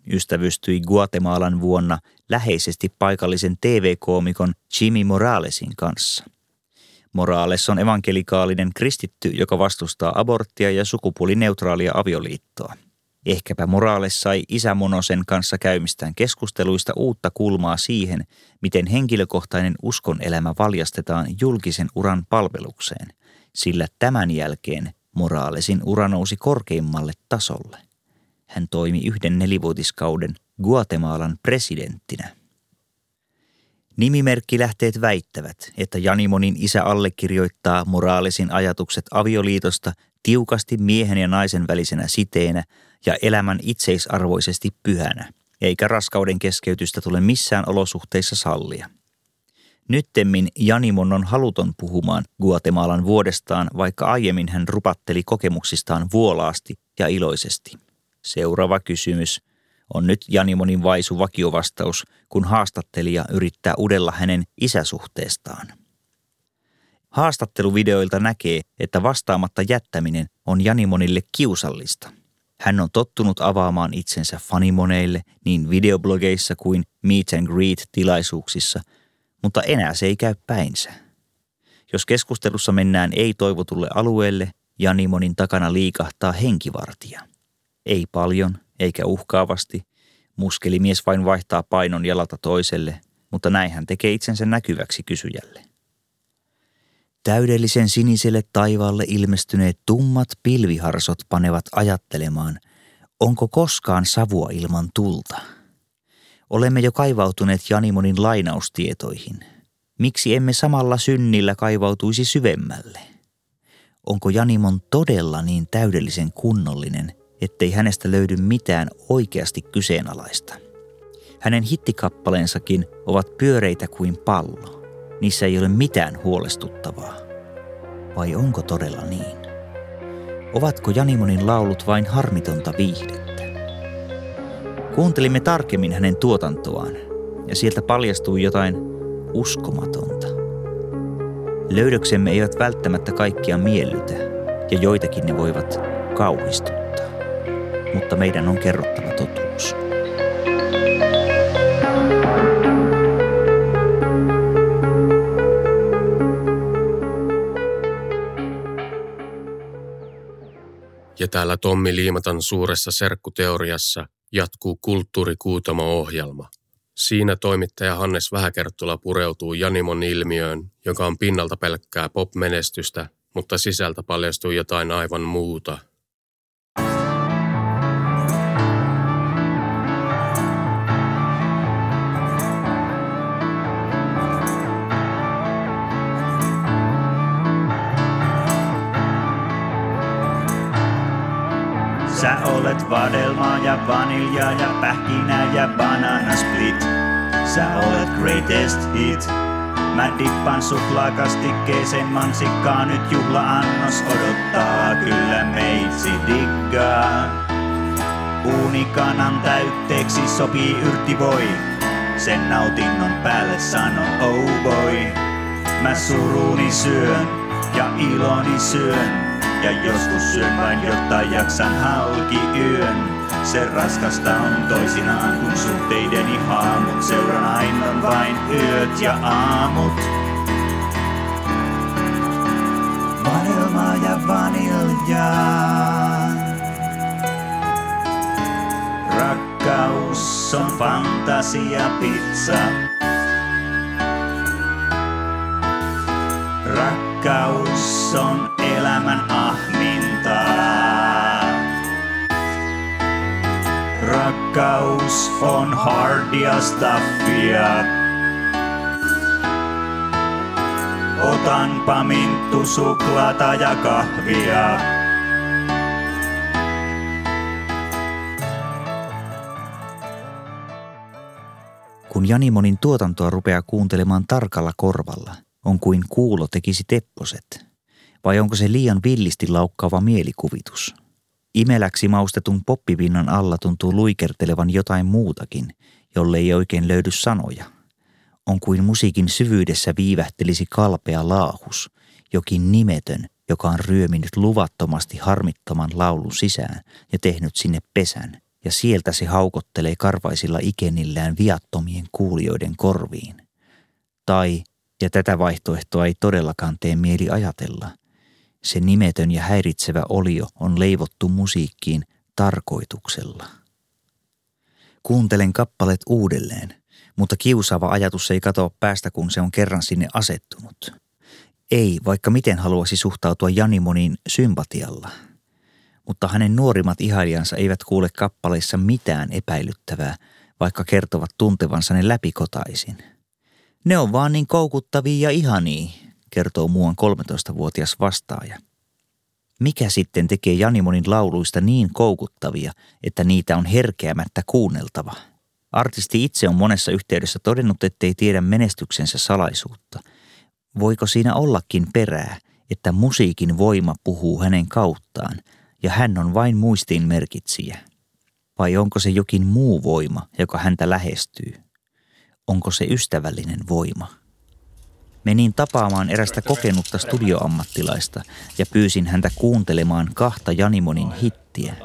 ystävystyi Guatemalan vuonna läheisesti paikallisen T V-koomikon Jimmy Moralesin kanssa. Morales on evankelikaalinen kristitty, joka vastustaa aborttia ja sukupuolineutraalia avioliittoa. Ehkäpä Morales sai isä Monosen kanssa käymistään keskusteluista uutta kulmaa siihen, miten henkilökohtainen uskon elämä valjastetaan julkisen uran palvelukseen, sillä tämän jälkeen Moralesin ura nousi korkeimmalle tasolle. Hän toimi yhden nelivuotiskauden Guatemalan presidenttinä. Nimimerkkilähteet väittävät, että Yanimonin isä allekirjoittaa Moralesin ajatukset avioliitosta tiukasti miehen ja naisen välisenä siteenä ja elämän itseisarvoisesti pyhänä, eikä raskauden keskeytystä tule missään olosuhteissa sallia. Nyttemmin Yanimon on haluton puhumaan Guatemalan vuodestaan, vaikka aiemmin hän rupatteli kokemuksistaan vuolaasti ja iloisesti. Seuraava kysymys on nyt Yanimonin vaisu vakiovastaus, kun haastattelija yrittää udella hänen isäsuhteestaan. Haastatteluvideoilta näkee, että vastaamatta jättäminen on Yanimonille kiusallista. Hän on tottunut avaamaan itsensä fanimoneille niin videoblogeissa kuin meet and greet-tilaisuuksissa, mutta enää se ei käy päinsä. Jos keskustelussa mennään ei-toivotulle alueelle, Yanimonin takana liikahtaa henkivartija. Ei paljon, eikä uhkaavasti. Muskelimies vain vaihtaa painon jalalta toiselle, mutta näin hän tekee itsensä näkyväksi kysyjälle. Täydellisen siniselle taivaalle ilmestyneet tummat pilviharsot panevat ajattelemaan, onko koskaan savua ilman tulta. Olemme jo kaivautuneet Yanimonin lainaustietoihin. Miksi emme samalla synnillä kaivautuisi syvemmälle? Onko Yanimon todella niin täydellisen kunnollinen, ettei hänestä löydy mitään oikeasti kyseenalaista? Hänen hittikappaleensakin ovat pyöreitä kuin pallo. Niissä ei ole mitään huolestuttavaa. Vai onko todella niin? Ovatko Yanimonin laulut vain harmitonta viihdettä? Kuuntelimme tarkemmin hänen tuotantoaan ja sieltä paljastui jotain uskomatonta. Löydöksemme eivät välttämättä kaikkia miellytä ja joitakin ne voivat kauhistuttaa. Mutta meidän on kerrottava totuus. Ja täällä Tommi Liimatan suuressa serkkuteoriassa jatkuu Kulttuurikuutamo-ohjelma. Siinä toimittaja Hannes Vähäkerttula pureutuu Yanimon ilmiöön, joka on pinnalta pelkkää pop-menestystä, mutta sisältä paljastuu jotain aivan muuta. Sä olet vadelmaa ja vanilja ja pähkinä ja banana split. Sä olet greatest hit. Mä dippaan suklaakastikkeeseen mansikkaa, nyt juhla-annos odottaa. Kyllä meitsi diggaa. Uunikanan täytteeksi sopii yrttivoi. Sen nautinnon päälle sano oh boy. Mä suruni syön ja iloni syön. Ja joskus syön vain, jotta jaksan halki yön. Se raskasta on toisinaan, kun suhteideni haamut. Seuran ainoan vain yöt ja aamut. Vadelmaa ja vaniljaa. Rakkaus on fantasia pizza. Rakkaus on elämän ahmintaa. Rakkaus on hardia stuffia. Otanpa minttu, suklaata ja kahvia. Kun Yanimonin tuotantoa rupeaa kuuntelemaan tarkalla korvalla, on kuin kuulo tekisi tepposet. Vai onko se liian villisti laukkaava mielikuvitus? Imeläksi maustetun poppipinnan alla tuntuu luikertelevan jotain muutakin, jolle ei oikein löydy sanoja. On kuin musiikin syvyydessä viivähtelisi kalpea laahus, jokin nimetön, joka on ryöminyt luvattomasti harmittoman laulun sisään ja tehnyt sinne pesän, ja sieltä se haukottelee karvaisilla ikenillään viattomien kuulijoiden korviin. Tai, ja tätä vaihtoehtoa ei todellakaan tee mieli ajatella, se nimetön ja häiritsevä olio on leivottu musiikkiin tarkoituksella. Kuuntelen kappaleet uudelleen, mutta kiusaava ajatus ei katoa päästä, kun se on kerran sinne asettunut. Ei, vaikka miten haluaisi suhtautua Janimoniin sympatialla. Mutta hänen nuorimmat ihailijansa eivät kuule kappaleissa mitään epäilyttävää, vaikka kertovat tuntevansa ne läpikotaisin. Ne on vaan niin koukuttavia ja ihania, kertoo muuan kolmetoistavuotias vastaaja. Mikä sitten tekee Janimonin lauluista niin koukuttavia, että niitä on herkeämättä kuunneltava? Artisti itse on monessa yhteydessä todennut, ettei tiedä menestyksensä salaisuutta. Voiko siinä ollakin perää, että musiikin voima puhuu hänen kauttaan ja hän on vain muistiinmerkitsijä? Vai onko se jokin muu voima, joka häntä lähestyy? Onko se ystävällinen voima? Menin tapaamaan erästä kokenutta studioammattilaista ja pyysin häntä kuuntelemaan kahta Janimonin hittiä.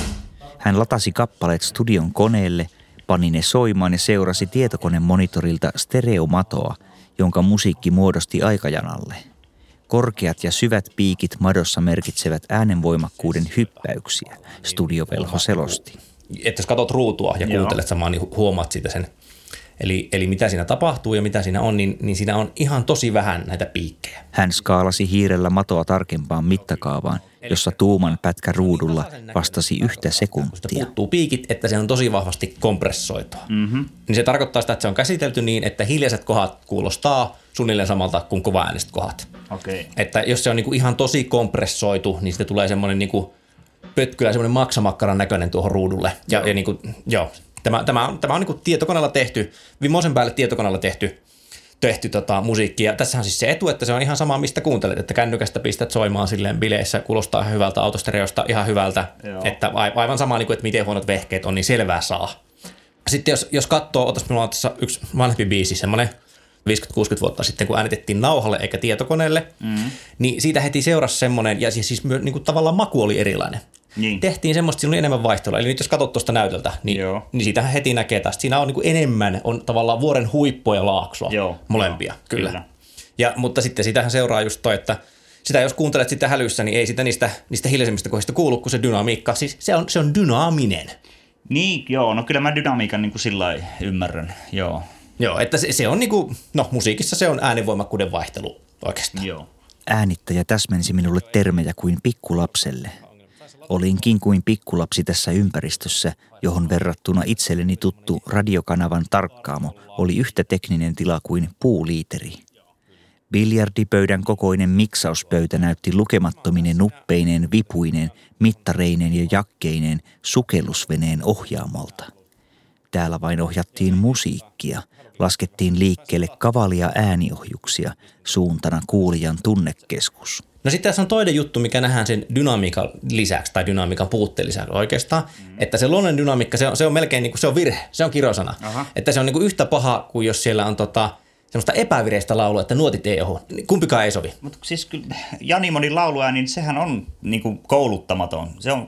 Hän latasi kappaleet studion koneelle, pani ne soimaan ja seurasi tietokonemonitorilta stereomatoa, jonka musiikki muodosti aikajanalle. Korkeat ja syvät piikit madossa merkitsevät äänenvoimakkuuden hyppäyksiä, studiovelho selosti. Että jos katsot ruutua ja kuuntelet samaan, niin huomaat siitä sen. Eli, eli mitä siinä tapahtuu ja mitä siinä on, niin, niin siinä on ihan tosi vähän näitä piikkejä. Hän skaalasi hiirellä matoa tarkempaan mittakaavaan, jossa tuuman pätkä ruudulla vastasi yhtä sekuntia. Puuttuu piikit, että se on tosi vahvasti kompressoitua. Mm-hmm. Niin se tarkoittaa sitä, että se on käsitelty niin, että hiljaiset kohdat kuulostaa suunnilleen samalta kuin kovaääniset kohdat. Okay. Että jos se on niinku ihan tosi kompressoitu, niin sitten tulee semmoinen niinku pötkylä, semmoinen maksamakkaran näköinen tuohon ruudulle. Ja, ja niinku, joo, tämä, tämä on, tämä on niinku tietokoneella tehty, vimosen päälle tietokoneella tehty, tehty tota, musiikkia. Tässä on siis se etu, että se on ihan sama, mistä kuuntelet, että kännykästä pistät soimaan silleen bileissä, kuulostaa ihan hyvältä, autostereosta ihan hyvältä, joo. Että aivan sama, että miten huonot vehkeet on, niin selvää saa. Sitten jos, jos katsoo, otas minulla on tässä yksi vanhempi biisi, semmoinen viisikymmentä kuusikymmentä vuotta sitten, kun äänitettiin nauhalle eikä tietokoneelle, mm. niin siitä heti seurasi semmoinen, ja siis, siis niin kuin tavallaan maku oli erilainen. Niin. Tehtiin semmoista, siinä oli enemmän vaihtelua. Eli nyt jos katsot tuosta näytöltä, niin, niin siitähän heti näkee tästä. Siinä on niin kuin enemmän, on tavallaan vuoren huippuja ja laaksoa, Joo. molempia, Joo, kyllä. kyllä. Ja, mutta sitten siitähän seuraa just toi, että sitä jos kuuntelet sitä hälyssä, niin ei sitä niistä, niistä hiljaisemmista kohdista kuulu, kun se dynamiikka, siis se on, se on dynaaminen. Niin, joo, no kyllä mä dynamiikan niin kuin sillä lailla ymmärrän, joo. Joo, että se, se on niin kuin, no musiikissa se on äänenvoimakkuuden vaihtelu oikeastaan. Joo. Äänittäjä täsmensi minulle termejä kuin pikkulapselle. Olinkin kuin pikkulapsi tässä ympäristössä, johon verrattuna itselleni tuttu radiokanavan tarkkaamo oli yhtä tekninen tila kuin puuliiteri. Biljardipöydän kokoinen miksauspöytä näytti lukemattomine nuppeineen, vipuineen, mittareineen ja jakkeineen sukellusveneen ohjaamolta. Täällä vain ohjattiin musiikkia, laskettiin liikkeelle kavalia ääniohjuksia, suuntana kuulijan tunnekeskus. No sitten tässä on toinen juttu, mikä nähdään sen dynamiikan lisäksi tai dynamiikan puutteen lisäksi oikeastaan, mm. että se luonnollinen dynamiikka, se on, se on melkein niin kuin, se on virhe, se on kirosana. Aha. Että se on niin kuin yhtä paha kuin jos siellä on tota, semmoista epävireistä laulua, että nuotit ei ohu. Kumpikaan ei sovi. Mutta siis kyllä Janimonin lauluja, niin sehän on niin kuin kouluttamaton. Se, on,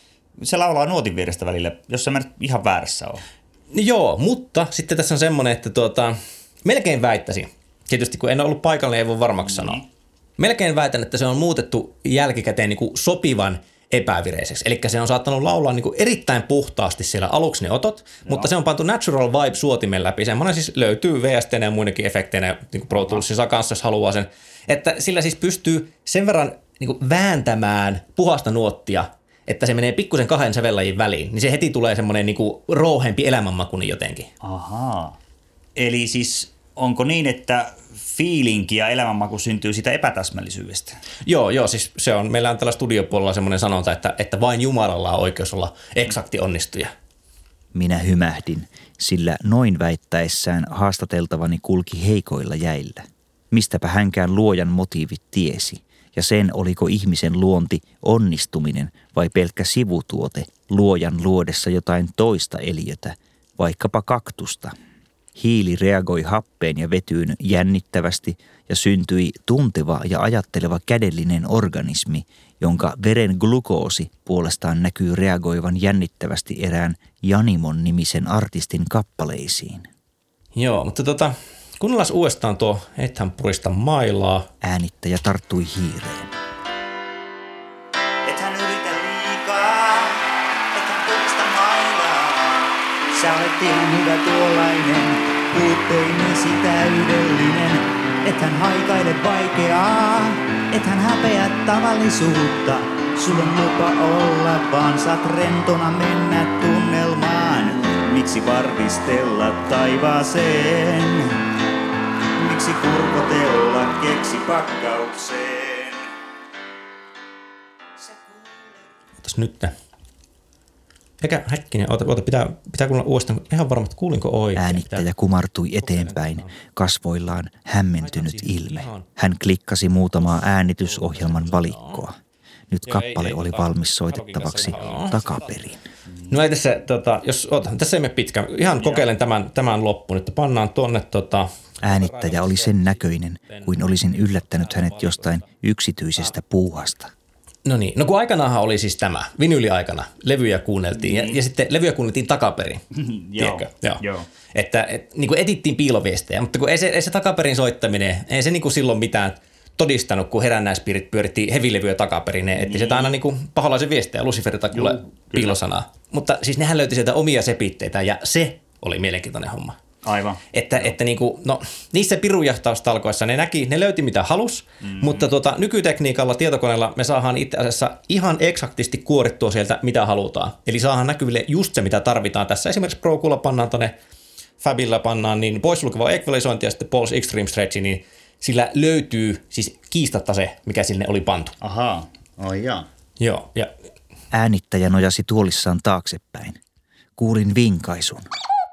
se laulaa nuotin vireistä välillä, jos se ihan väärässä on. No joo, mutta sitten tässä on semmoinen, että tuota, melkein väittäisin, tietysti kun en ollut paikalla, ei voi varmaksi sanoa. Mm. Melkein väitän, että se on muutettu jälkikäteen niin kuin sopivan epävireiseksi. Eli se on saattanut laulaa niin kuin erittäin puhtaasti siellä aluksi ne otot, Joo. mutta se on pantu Natural Vibe-suotimen läpi. Semmoinen siis löytyy V S T:nä ja muidenkin efekteinä niin kuin Pro Toolsissa kanssa, jos haluaa sen. Että sillä siis pystyy sen verran niin kuin vääntämään puhasta nuottia, että se menee pikkusen kahden sävellajin väliin. Niin se heti tulee semmoinen niin kuin rouhempi elämänmakuni jotenkin. Ahaa. Eli siis onko niin, että fiilinki ja elämänmaku syntyy siitä epätäsmällisyydestä? Joo, joo, siis se on, meillä on tällä studiopuolella semmoinen sanonta, että, että vain Jumalalla on oikeus olla eksakti onnistuja. Minä hymähdin, sillä noin väittäessään haastateltavani kulki heikoilla jäillä. Mistäpä hänkään luojan motiivit tiesi, ja sen oliko ihmisen luonti onnistuminen vai pelkkä sivutuote luojan luodessa jotain toista eliötä, vaikkapa kaktusta. Hiili reagoi happeen ja vetyyn jännittävästi ja syntyi tunteva ja ajatteleva kädellinen organismi, jonka veren glukoosi puolestaan näkyy reagoivan jännittävästi erään Janimon nimisen artistin kappaleisiin. Joo, mutta tota, kuunnellaan uudestaan tuo Ethän purista mailaa. Äänittäjä tarttui hiireen. Ethän yritä liikaa, ethän purista mailaa. Sä olet ihan hyvä tuollainen, puutteinesi täydellinen. Ethän haikaile vaikeaa, ethän häpeä tavallisuutta. Sulla on lupa olla, vaan saat rentona mennä tunnelmaan. Miksi varvistella taivaaseen? Miksi kurkotella keksipakkaukseen? Otas nyt. Eikä hetkinen, oota, oota pitää, pitää kuulla uudestaan. Ihan varma, että kuulinko oikein. Äänittäjä kumartui eteenpäin, kasvoillaan hämmentynyt ilme. Hän klikkasi muutamaa äänitysohjelman valikkoa. Nyt kappale oli valmis soitettavaksi takaperin. No ei tässä, tota, jos, oota, tässä ei mene pitkään. Ihan kokeilen tämän, tämän loppuun, että pannaan tuonne tota... Äänittäjä oli sen näköinen, kuin olisin yllättänyt hänet jostain yksityisestä puuhasta. No niin, no kun aikanaanhan oli siis tämä, vinyyliaikana, levyjä kuunneltiin ja, ja sitten levyjä kuunneltiin takaperin, tiedätkö? Joo. Joo. Että et, niin kuin etittiin piiloviestejä, mutta kun ei se, ei se takaperin soittaminen, ei se niin kuin silloin mitään todistanut, kun herännäispiirit pyörittiin hevilevyä takaperin, ne etti sieltä aina niin kuin paholaisen viestejä, Luciferilta kuule piilosanaa. Mutta siis nehän löyti sieltä omia sepitteitä ja se oli mielenkiintoinen homma. Aivan. Että, että niinku, no, niissä pirujahtaustalkoissa ne näki, ne löyti mitä halus, mm-hmm. mutta tuota, nykytekniikalla, tietokoneella me saadaan itse asiassa ihan eksaktisti kuorittua sieltä mitä halutaan. Eli saadaan näkyville just se mitä tarvitaan. Tässä esimerkiksi Pro Qlla pannaan tuonne Fabilla pannaan niin poissulkeva equalisointi ja sitten Pulse Extreme Stretch, niin sillä löytyy siis kiistatta se, mikä sinne oli pantu. Ahaa, oi jaa. Joo, ja... Äänittäjä nojasi tuolissaan taaksepäin. Kuulin vinkaisun.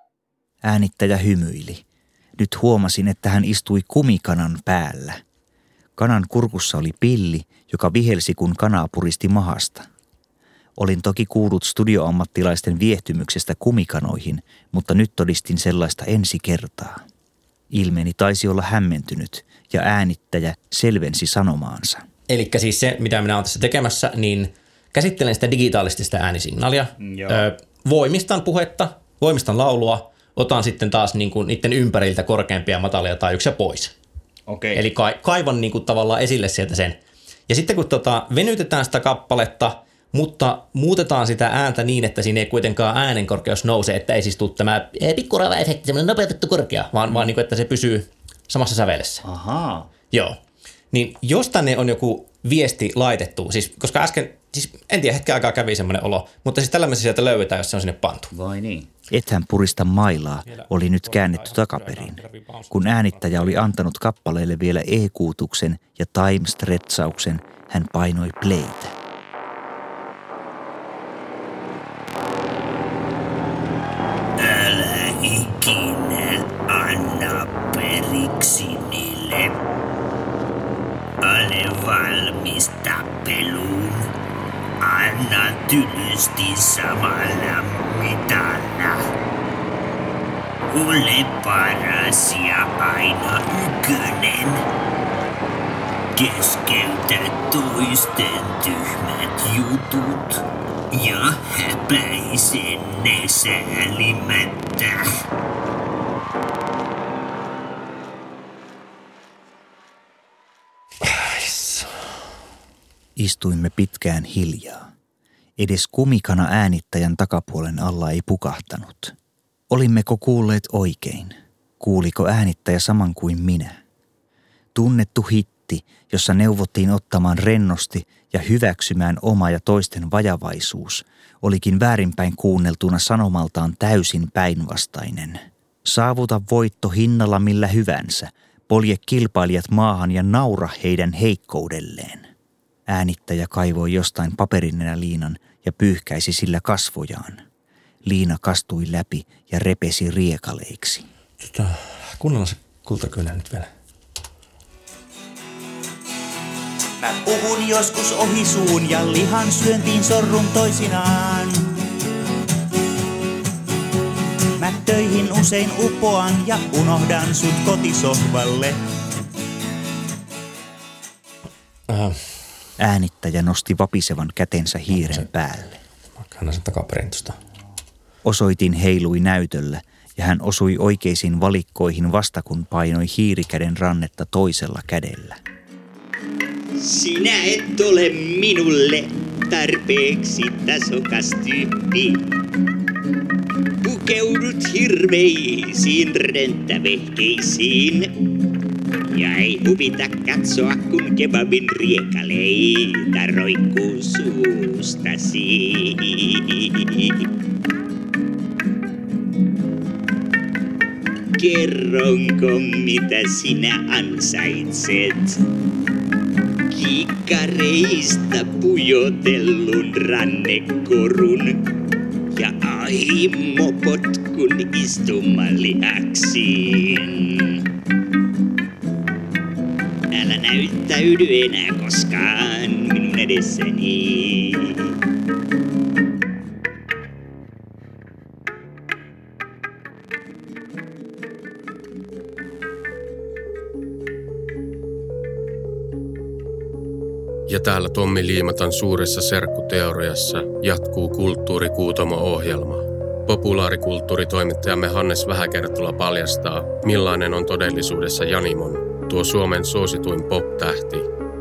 Äänittäjä hymyili. Nyt huomasin, että hän istui kumikanan päällä. Kanan kurkussa oli pilli, joka vihelsi kun kanaa puristi mahasta. Olin toki kuullut studioammattilaisten viehtymyksestä kumikanoihin, mutta nyt todistin sellaista ensi kertaa. Ilmeeni taisi olla hämmentynyt ja äänittäjä selvensi sanomaansa. Elikkä siis se, mitä minä olen tässä tekemässä, niin käsittelen sitä digitaalisesti sitä äänisignaalia. Ö, voimistan puhetta, voimistan laulua. Otan sitten taas niin kuin niiden ympäriltä korkeampia ja matalia taajuuksia pois. Okay. Eli ka- kaivan niin kuin tavallaan esille sieltä sen. Ja sitten kun tota, venytetään sitä kappaletta, mutta muutetaan sitä ääntä niin, että siinä ei kuitenkaan äänenkorkeus nouse, että ei siis tule tämä pikkurava-efekti, semmoinen nopeutettu korkea, vaan, mm. vaan niin kuin, että se pysyy samassa sävelessä. Ahaa. Joo. Niin jos tänne on joku viesti laitettu, siis koska äsken, siis en tiedä, hetken aikaa kävi semmoinen olo, mutta siis tällainen sieltä löydetään, jos se on sinne pantu. Vai niin? Ethän purista mailaa oli nyt käännetty takaperin. Kun äänittäjä oli antanut kappaleelle vielä e-kuutuksen ja time-stretsauksen, hän painoi playtä. Älä ikinä anna periksi niille. Ole valmis tappeluun. Anna tylysti samalla mitalla. Ole paras ja aina ykkönen. Keskeytä toisten tyhmät jutut ja häpäise ne säälimättä. Istuimme pitkään hiljaa. Edes kumikana äänittäjän takapuolen alla ei pukahtanut. Olimmeko kuulleet oikein? Kuuliko äänittäjä saman kuin minä? Tunnettu hitti, jossa neuvottiin ottamaan rennosti ja hyväksymään oma ja toisten vajavaisuus, olikin väärinpäin kuunneltuna sanomaltaan täysin päinvastainen. Saavuta voitto hinnalla millä hyvänsä, polje kilpailijat maahan ja naura heidän heikkoudelleen. Äänittäjä kaivoi jostain paperinenäliinan ja pyyhkäisi sillä kasvojaan. Liina kastui läpi ja repesi riekaleiksi. Tota, kuunnellaan se kultakynä nyt vielä. Mä puhun joskus ohi suun ja lihan syöntiin sorrun toisinaan. Mä Mä töihin usein upoan ja unohdan sut kotisohvalle. Äh. Äänittäjä nosti vapisevan kätensä hiiren päälle. Mä kannan sen takaperintusta. Osoitin heilui näytöllä ja hän osui oikeisiin valikkoihin vasta kun painoi hiirikäden rannetta toisella kädellä. Sinä et ole minulle tarpeeksi tasokas tyyppi. Pukeudut hirveisiin renttävehkeisiin. Ja ei huvita katsoa, kun kebabin riekaleita roikkuu suustasi. Kerronko, mitä sinä ansaitset? Kikkareista pujotellun rannekorun ja aimopotkun istumaliaksiin. Älä näyttäydy enää koskaan minun edessäni. Ja täällä Tommi Liimatan suuressa serkkuteoriassa jatkuu Kulttuurikuutamo-ohjelma. Populaarikulttuuritoimittajamme Hannes Vähäkertula paljastaa, millainen on todellisuudessa Janimon, tuo Suomen suosituin pop-tähti.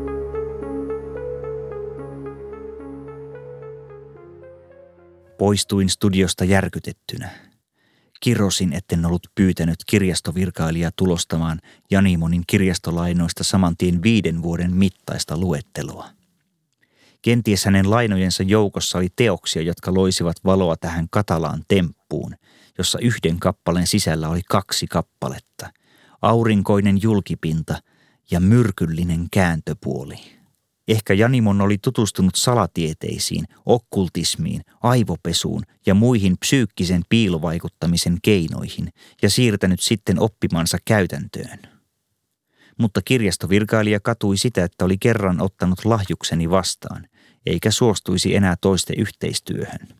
Poistuin studiosta järkytettynä. Kirosin, etten ollut pyytänyt kirjastovirkailijaa tulostamaan Janimonin kirjastolainoista samantien viiden vuoden mittaista luettelua. Kenties hänen lainojensa joukossa oli teoksia, jotka loisivat valoa tähän katalaan temppuun, jossa yhden kappaleen sisällä oli kaksi kappaletta. Aurinkoinen julkipinta ja myrkyllinen kääntöpuoli. Ehkä Janimon oli tutustunut salatieteisiin, okkultismiin, aivopesuun ja muihin psyykkisen piilovaikuttamisen keinoihin ja siirtänyt sitten oppimansa käytäntöön. Mutta kirjastovirkailija katui sitä, että oli kerran ottanut lahjukseni vastaan, eikä suostuisi enää toisten yhteistyöhön.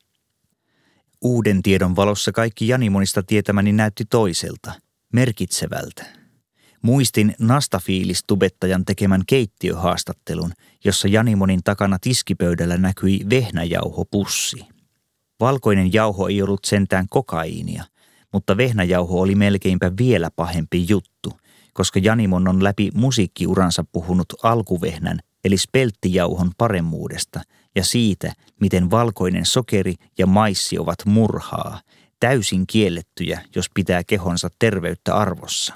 Uuden tiedon valossa kaikki Janimonista tietämäni näytti toiselta, merkitsevältä. Muistin Nastafiilis-tubettajan tekemän keittiöhaastattelun, jossa Janimonin takana tiskipöydällä näkyi vehnäjauhopussi. Valkoinen jauho ei ollut sentään kokaiinia, mutta vehnäjauho oli melkeinpä vielä pahempi juttu, koska Janimon on läpi musiikkiuransa puhunut alkuvehnän eli spelttijauhon paremmuudesta ja siitä, miten valkoinen sokeri ja maissi ovat murhaa, täysin kiellettyjä, jos pitää kehonsa terveyttä arvossa.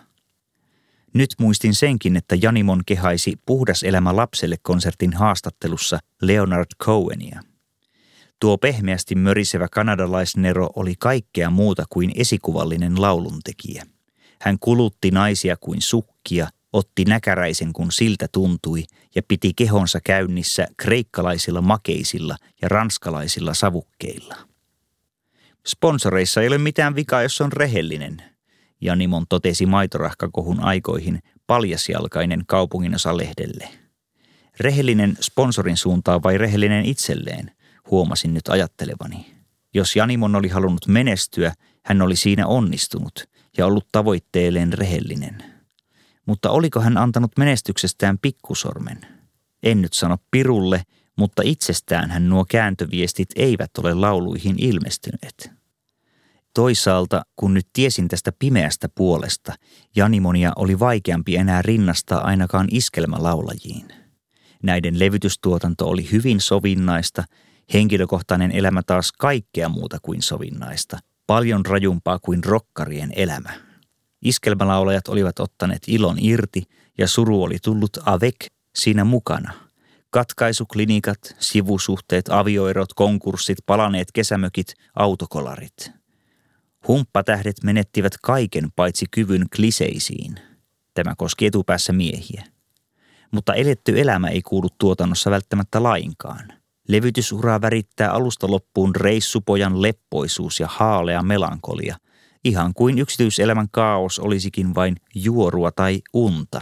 Nyt muistin senkin, että Janimon kehaisi Puhdas elämä lapselle -konsertin haastattelussa Leonard Cohenia. Tuo pehmeästi mörisevä kanadalaisnero oli kaikkea muuta kuin esikuvallinen lauluntekijä. Hän kulutti naisia kuin sukkia, otti näkäräisen kun siltä tuntui ja piti kehonsa käynnissä kreikkalaisilla makeisilla ja ranskalaisilla savukkeilla. Sponsoreissa ei ole mitään vikaa, jos on rehellinen, Janimon totesi Maitorahkakohun aikoihin paljasjalkainen kaupunginosa-lehdelle. Rehellinen sponsorin suuntaan vai rehellinen itselleen, huomasin nyt ajattelevani. Jos Janimon oli halunnut menestyä, hän oli siinä onnistunut ja ollut tavoitteelleen rehellinen. Mutta oliko hän antanut menestyksestään pikkusormen? En nyt sano pirulle, mutta itsestäänhän nuo kääntöviestit eivät ole lauluihin ilmestyneet. Toisaalta, kun nyt tiesin tästä pimeästä puolesta, Janimonia oli vaikeampi enää rinnastaa ainakaan iskelmälaulajiin. Näiden levytystuotanto oli hyvin sovinnaista, henkilökohtainen elämä taas kaikkea muuta kuin sovinnaista, paljon rajumpaa kuin rokkarien elämä. Iskelmälaulajat olivat ottaneet ilon irti ja suru oli tullut avec siinä mukana. Katkaisuklinikat, sivusuhteet, avioerot, konkurssit, palaneet kesämökit, autokolarit. Humppatähdet menettivät kaiken paitsi kyvyn kliseisiin. Tämä koski etupäässä miehiä. Mutta eletty elämä ei kuulu tuotannossa välttämättä lainkaan. Levytysuraa värittää alusta loppuun reissupojan leppoisuus ja haalea melankolia, ihan kuin yksityiselämän kaos olisikin vain juorua tai unta.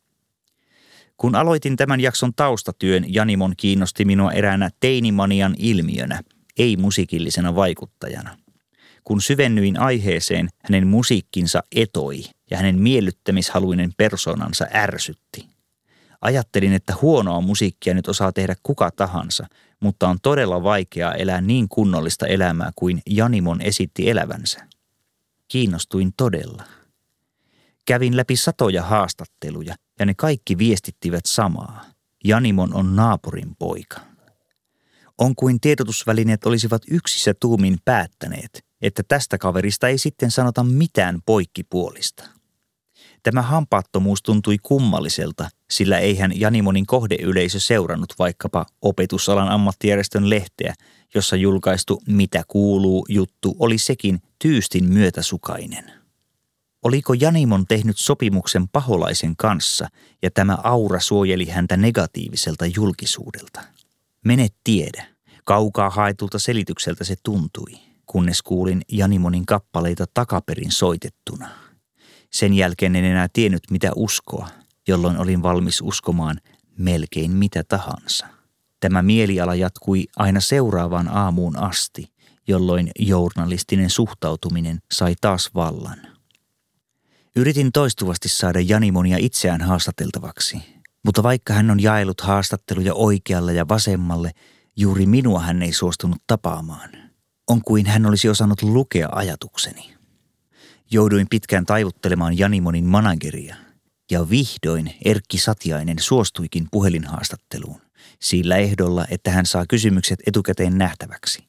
Kun aloitin tämän jakson taustatyön, Janimon kiinnosti minua eräänä teinimanian ilmiönä, ei musiikillisena vaikuttajana. Kun syvennyin aiheeseen, hänen musiikkinsa etoi ja hänen miellyttämishaluinen persoonansa ärsytti. Ajattelin, että huonoa musiikkia nyt osaa tehdä kuka tahansa, mutta on todella vaikeaa elää niin kunnollista elämää kuin Janimon esitti elävänsä. Kiinnostuin todella. Kävin läpi satoja haastatteluja ja ne kaikki viestittivät samaa. Janimon on naapurin poika. On kuin tiedotusvälineet olisivat yksissä tuumin päättäneet, että tästä kaverista ei sitten sanota mitään poikkipuolista. Tämä hampaattomuus tuntui kummalliselta, sillä eihän Janimonin kohdeyleisö seurannut vaikkapa opetusalan ammattijärjestön lehteä, jossa julkaistu Mitä kuuluu -juttu oli sekin tyystin myötäsukainen. Oliko Janimon tehnyt sopimuksen paholaisen kanssa ja tämä aura suojeli häntä negatiiviselta julkisuudelta? Mene tiedä. Kaukaa haetulta selitykseltä se tuntui, kunnes kuulin Janimonin kappaleita takaperin soitettuna. Sen jälkeen en enää tiennyt mitä uskoa, jolloin olin valmis uskomaan melkein mitä tahansa. Tämä mieliala jatkui aina seuraavaan aamuun asti, jolloin journalistinen suhtautuminen sai taas vallan. Yritin toistuvasti saada Janimonia itseään haastateltavaksi, mutta vaikka hän on jaellut haastatteluja oikealle ja vasemmalle, juuri minua hän ei suostunut tapaamaan. On kuin hän olisi osannut lukea ajatukseni. Jouduin pitkään taivuttelemaan Janimonin manageria, ja vihdoin Erkki Satiainen suostuikin puhelinhaastatteluun, sillä ehdolla, että hän saa kysymykset etukäteen nähtäväksi.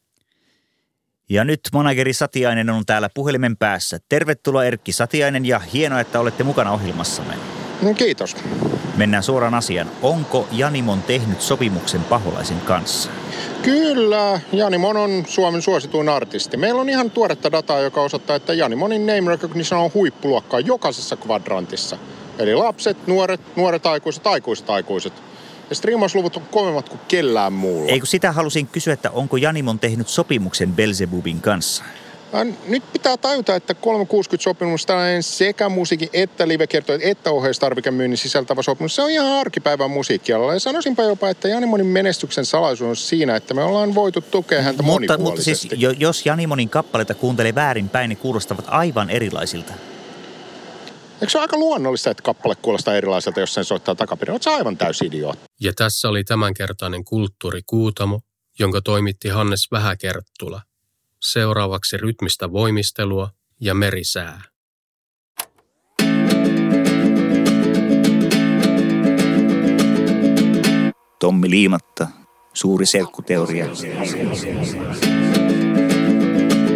Ja nyt manageri Satiainen on täällä puhelimen päässä. Tervetuloa Erkki Satiainen ja hienoa, että olette mukana ohjelmassamme. Kiitos. Mennään suoraan asiaan. Onko Janimon tehnyt sopimuksen paholaisen kanssa? Kyllä, Janimon on Suomen suosituin artisti. Meillä on ihan tuoretta dataa, joka osoittaa, että Janimonin name recognition on huippuluokkaa jokaisessa kvadrantissa. Eli lapset, nuoret, nuoret aikuiset, aikuiset aikuiset. Ja striimausluvut on kovemmat kuin kellään muulla. Eikö sitä halusin kysyä, että onko Janimon tehnyt sopimuksen Beelzebubin kanssa? Nyt pitää tajuta, että kolmesataakuusikymmentä-sopimus, tällainen sekä musiikin että live-kertojen että ohjeistarvikemyynnin sisältävä sopimus, se on ihan arkipäivän musiikkialalla. Ja sanoisinpa jopa, että Janimonin menestyksen salaisuus on siinä, että me ollaan voitu tukea häntä mutta, monipuolisesti. Mutta siis, jos Janimonin kappaleita kuuntelee väärinpäin, niin kuulostavat aivan erilaisilta. Eikö se ole aika luonnollista, että kappale kuulostaa erilaiselta, jos sen soittaa takaperin? Oletko aivan täysi idiootti? Ja tässä oli tämänkertainen kulttuurikuutamo, jonka toimitti Hannes Vähäkerttula. Seuraavaksi rytmistä voimistelua ja merisää. Tommi Liimatta, suuri serkkuteoria.